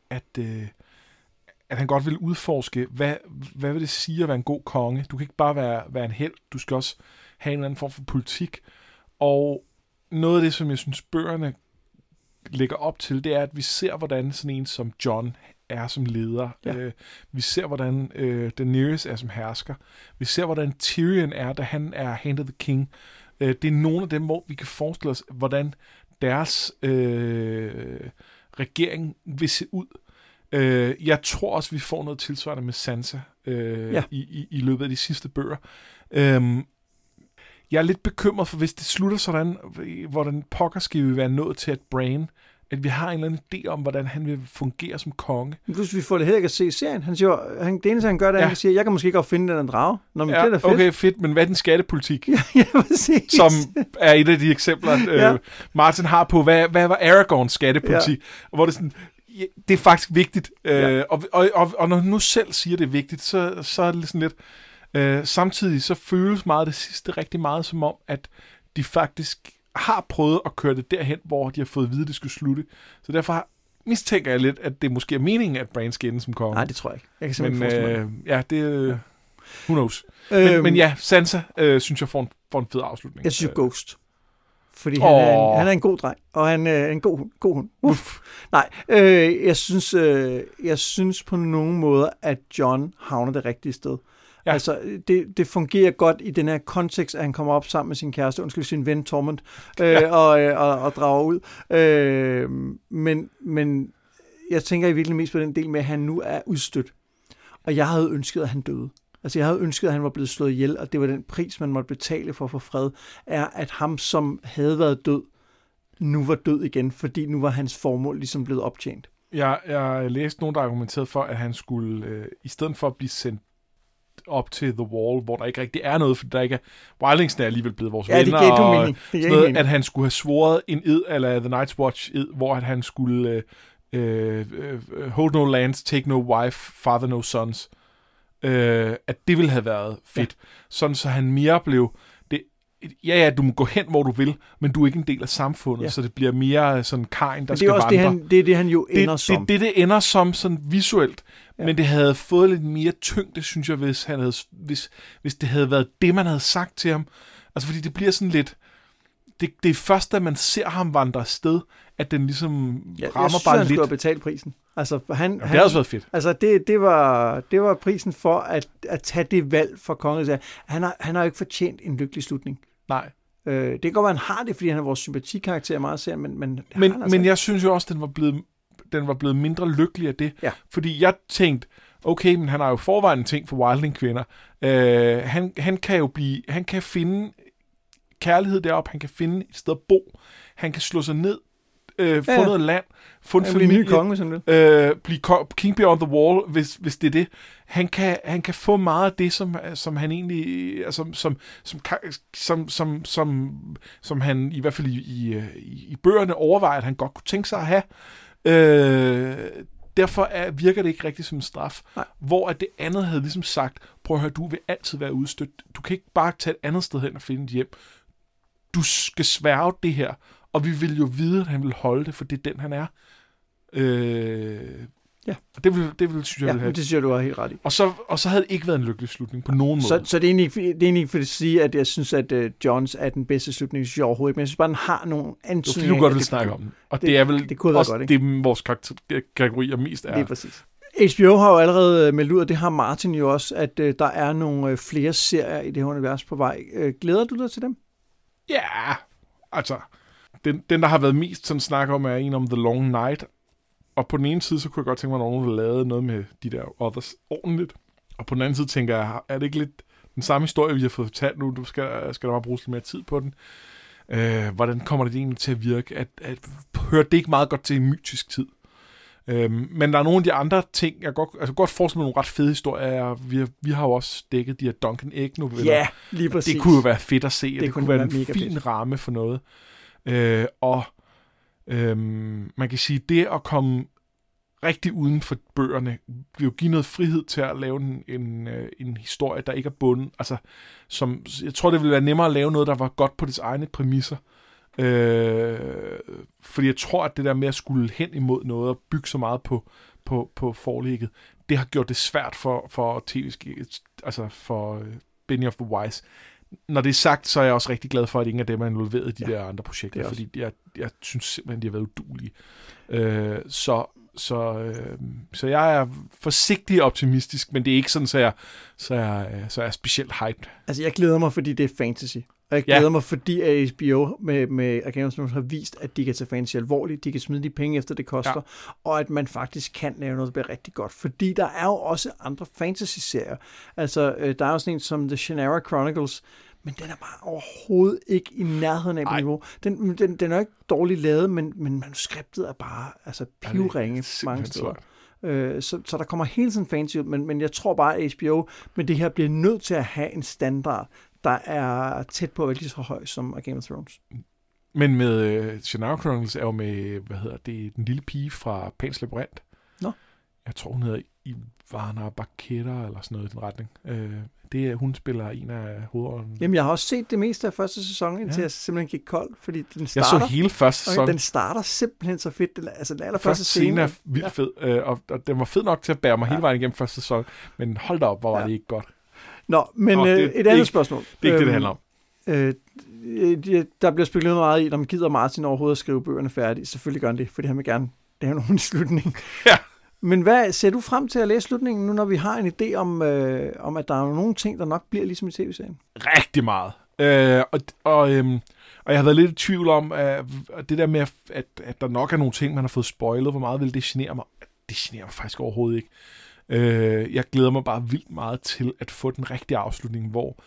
at han godt vil udforske, hvad vil det sige at være en god konge? Du kan ikke bare være en helt, du skal også have en eller anden form for politik. Og noget af det, som jeg synes, bøgerne lægger op til, det er, at vi ser, hvordan sådan en som Jon er som leder. Ja. Vi ser, hvordan Daenerys er som hersker. Vi ser, hvordan Tyrion er, da han er Hand of the King. Det er nogle af dem, hvor vi kan forestille os, hvordan deres regering vil se ud. Jeg tror også, vi får noget tilsvarende med Sansa i løbet af de sidste bøger. Jeg er lidt bekymret for, hvis det slutter sådan, hvordan pokker skal vi være nået til, at vi har en eller anden idé om, hvordan han vil fungere som konge. Plus, vi får det heller ikke at se serien. Han siger, det eneste, han gør, det er, han siger, jeg kan måske ikke finde den drage. Nå, men det er da fedt. Okay, fedt, men hvad er den skattepolitik? Ja, præcis. Som er et af de eksempler, Martin har på, hvad var Aragorns skattepolitik? Ja. Hvor det sådan, det er faktisk vigtigt. Og når han nu selv siger, det er vigtigt, så er det sådan lidt... samtidig så føles meget det sidste rigtig meget som om, at de faktisk har prøvet at køre det derhen, hvor de har fået at vide, at det skulle slutte. Så derfor mistænker jeg lidt, at det måske er meningen, at Bran skal ende som konge. Nej, det tror jeg ikke. Jeg kan simpelthen forestille mig. Ja, det... Who knows. Men ja, Sansa synes jeg får en fed afslutning. Jeg synes Ghost. Fordi han er en god dreng, og han er en god hund. Nej, jeg synes på nogle måder, at Jon havner det rigtige sted. Ja. Altså, det fungerer godt i den her kontekst, at han kommer op sammen med sin kæreste, sin ven Tormund, og drager ud. Men jeg tænker i virkeligheden mest på den del med, at han nu er udstødt. Og jeg havde ønsket, at han døde. Altså, jeg havde ønsket, at han var blevet slået ihjel, og det var den pris, man måtte betale for at få fred, er, at ham, som havde været død, nu var død igen, fordi nu var hans formål ligesom blevet optjent. Jeg læste nogen, der argumenterede for, at han skulle, i stedet for at blive sendt op til The Wall, hvor der ikke rigtig er noget, fordi der ikke er... Wildlingsene er alligevel blevet vores venner. Ja, det gav du mening. Noget, at han skulle have svoret en ed, eller The Night's Watch ed, hvor at han skulle hold no lands, take no wife, father no sons. At det ville have været fedt. Ja. Sådan så han mere blev... du må gå hen, hvor du vil, men du er ikke en del af samfundet, så det bliver mere sådan Kain, der skal vandre. Det er det, han jo ender som. Det ender som sådan visuelt, men det havde fået lidt mere tyngde, synes jeg, hvis det havde været det, man havde sagt til ham. Altså, fordi det bliver sådan lidt... Det er først, da man ser ham vandre afsted, at den ligesom rammer bare lidt. Jeg synes, han skulle have betalt prisen. Altså, det har også været fedt. Altså, det var prisen for at tage det valg for kongen. Han har jo ikke fortjent en lykkelig slutning. Nej. Det kan godt være, han har det, fordi han er vores sympatikarakter meget serien, men jeg synes jo også, den var blevet mindre lykkelig af det. Ja. Fordi jeg tænkte, okay, men han har jo forvejen en ting for wildling-kvinder. Han kan finde kærlighed deroppe, han kan finde et sted at bo, han kan slå sig ned, få noget land, få en familie, blive konge, sådan blive king beyond the wall, hvis det er det. Han kan få meget af det, som han egentlig, som han i hvert fald i bøgerne overvejer, at han godt kunne tænke sig at have. Derfor virker det ikke rigtig som en straf. Nej. Hvor at det andet havde ligesom sagt, prøv at høre, du vil altid være udstødt. Du kan ikke bare tage et andet sted hen og finde et hjem. Du skal sværge det her, og vi vil jo vide, at han vil holde det, for det er den, han er. Ja. Og det vil synes jeg, vil have. Det synes jeg, du har helt ret i. Og så havde det ikke været en lykkelig slutning på nogen måde. Så det er egentlig ikke for at sige, at jeg synes, at Jons er den bedste slutning, synes jeg overhovedet ikke, men jeg synes bare, den har nogle antydninger. Du godt vil snakke om den. Og det er vel det også godt, det, vores kategorier mest er. Det er præcis. HBO har jo allerede meldt ud, og det har Martin jo også, at der er nogle flere serier i det her univers på vej. Glæder du dig til dem? Ja, altså... Den, der har været mest sådan snak om, er en om The Long Night. Og på den ene side, så kunne jeg godt tænke mig, at nogen der lavede noget med de der others ordentligt. Og på den anden side tænker jeg, er det ikke lidt den samme historie, vi har fået fortalt nu? Du skal der bare bruges lidt mere tid på den. Hvordan kommer det egentlig til at virke? At hører det ikke meget godt til en mytisk tid? Men der er nogle af de andre ting, jeg godt forestille mig nogle ret fede historier. Vi har jo også dækket de her Duncan Egg-noveller. Ja, lige præcis. Det kunne jo være fedt at se, og det kunne være en fin ramme for noget. Man kan sige, det at komme rigtig uden for bøgerne, vil jo give noget frihed til at lave en historie, der ikke er bunden. Altså, jeg tror, det ville være nemmere at lave noget, der var godt på dets egne præmisser. Fordi jeg tror, at det der med at skulle hen imod noget og bygge så meget på forlægget, det har gjort det svært for altså for Benioff og the Wise. Når det er sagt, så er jeg også rigtig glad for, at ingen af dem er involveret i de der andre projekter, fordi jeg synes simpelthen, de har været uduelige. Så jeg er forsigtig optimistisk, men det er ikke sådan, så jeg er specielt hyped. Altså, jeg glæder mig, fordi det er fantasy. Og jeg glæder mig, fordi at HBO med Game of Thrones har vist, at de kan tage fantasy alvorligt, de kan smide de penge efter det koster, og at man faktisk kan lave noget, der bliver rigtig godt. Fordi der er jo også andre fantasy-serier. Altså, der er jo sådan en som The Shannara Chronicles, men den er bare overhovedet ikke i nærheden af på niveau. Den er jo ikke dårligt lavet, men manuskriptet er bare pivringe mange steder. Så der kommer hele tiden fantasy ud, men jeg tror bare, at HBO med det her bliver nødt til at have en standard, der er tæt på at lige så høj som Game of Thrones. Men med Shannara Chronicles er jo med, den lille pige fra Pans Labyrint. Nå. Jeg tror, hun hedder Ivana Baketa, eller sådan noget i den retning. Hun spiller en af hovedrollerne. Jamen, jeg har også set det meste af første sæson, indtil jeg simpelthen gik kold, fordi den starter... Jeg så hele første sæson. Den starter simpelthen så fedt. Den allerførste scene er vildt fed, og den var fed nok til at bære mig hele vejen igennem første sæson, men hold da op, hvor var det ikke godt. Nå, men et andet spørgsmål. Det er ikke det handler om. Der bliver spekuleret meget i, om gider Martin overhovedet at skrive bøgerne færdige. Selvfølgelig gør han det, fordi han vil gerne lave nogen slutning. Ja. Men hvad ser du frem til at læse slutningen nu, når vi har en idé om, at der er nogle ting, der nok bliver ligesom i tv-serien? Rigtig meget. Og jeg har været lidt i tvivl om, at det der med, at der nok er nogle ting, man har fået spoilet, hvor meget vil det genere mig? Det generer mig faktisk overhovedet ikke. Jeg glæder mig bare vildt meget til at få den rigtige afslutning,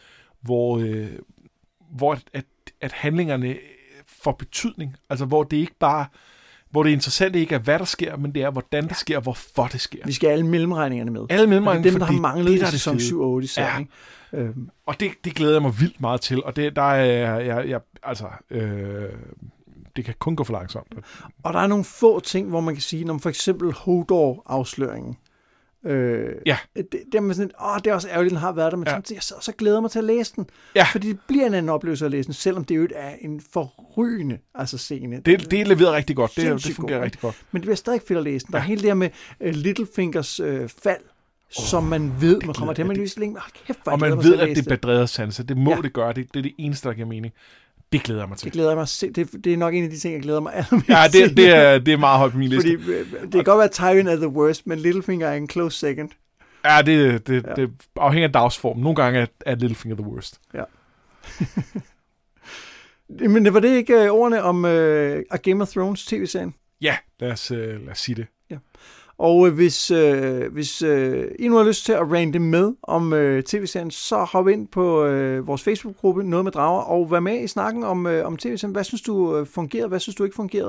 hvor at handlingerne får betydning. Altså, hvor det ikke bare... Hvor det interessante ikke er, hvad der sker, men det er, hvordan det sker, hvorfor det sker. Vi skal have alle mellemregningerne med. Alle mellemregningerne, dem, der har manglet i sæson 7 og 8 især. Ja. Og det glæder jeg mig vildt meget til. Og det, der er det kan kun gå for langsomt. Og der er nogle få ting, hvor man kan sige, når for eksempel Hodor-afsløringen. Det er man sådan, det er også ærgerligt, den har været der, men jeg så glæder mig til at læse den. Ja. Fordi det bliver en anden oplevelse at læse den, selvom det jo er en forrygende scene. Det er leveret rigtig godt. Det fungerer rigtig godt. Men det bliver stadig fedt at læse den. Der er hele det her med Littlefingers fald, som man ved, man kommer til. Og man ved, at det bedreder Sansa. Det må det gøre. Det er det eneste, der giver mening. Det glæder jeg mig til. Det er nok en af de ting, jeg glæder mig allermest til. Det er meget højt på min liste. Fordi det kan godt være, at Tyrion er the worst, men Littlefinger er en close second. Ja, det afhænger af dagsform. Nogle gange er Littlefinger the worst. Ja. Men var det ikke ordene om Game of Thrones tv-serien? Ja, lad os sige det. Ja. Og hvis I nu har lyst til at rante med om tv-serien, så hop ind på vores Facebook-gruppe, Noget med Drager, og vær med i snakken om tv-serien. Hvad synes du fungerede, hvad synes du ikke fungerede?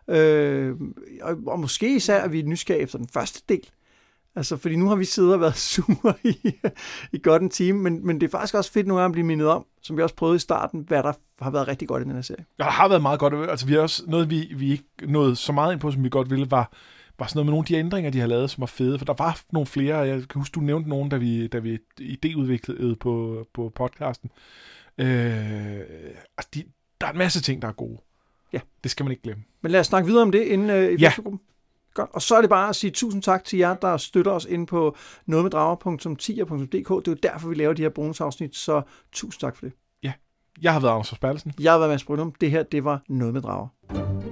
Og måske især er vi nysgerrige efter den første del. Altså, fordi nu har vi siddet og været sure i godt en time, men det er faktisk også fedt nu at blive mindet om, som vi også prøvede i starten, hvad der har været rigtig godt i den her serie. Ja, det har været meget godt. Altså, vi har også noget, vi ikke nåede så meget ind på, som vi godt ville, var sådan noget med nogle af de ændringer, de har lavet, som var fede. For der var nogle flere. Jeg kan huske, du nævnte nogle, da vi idéudviklede på podcasten. Der er en masse ting, der er gode. Ja. Det skal man ikke glemme. Men lad os snakke videre om det inden i Facebook-gruppen. Godt. Og så er det bare at sige tusind tak til jer, der støtter os inde på nogetmeddrager.10.dk. Det er jo derfor, vi laver de her bonusafsnit, så tusind tak for det. Ja. Jeg har været Anders Forsbergelsen. Jeg har været Mads Brynum. Det her, det var Noget med Drager.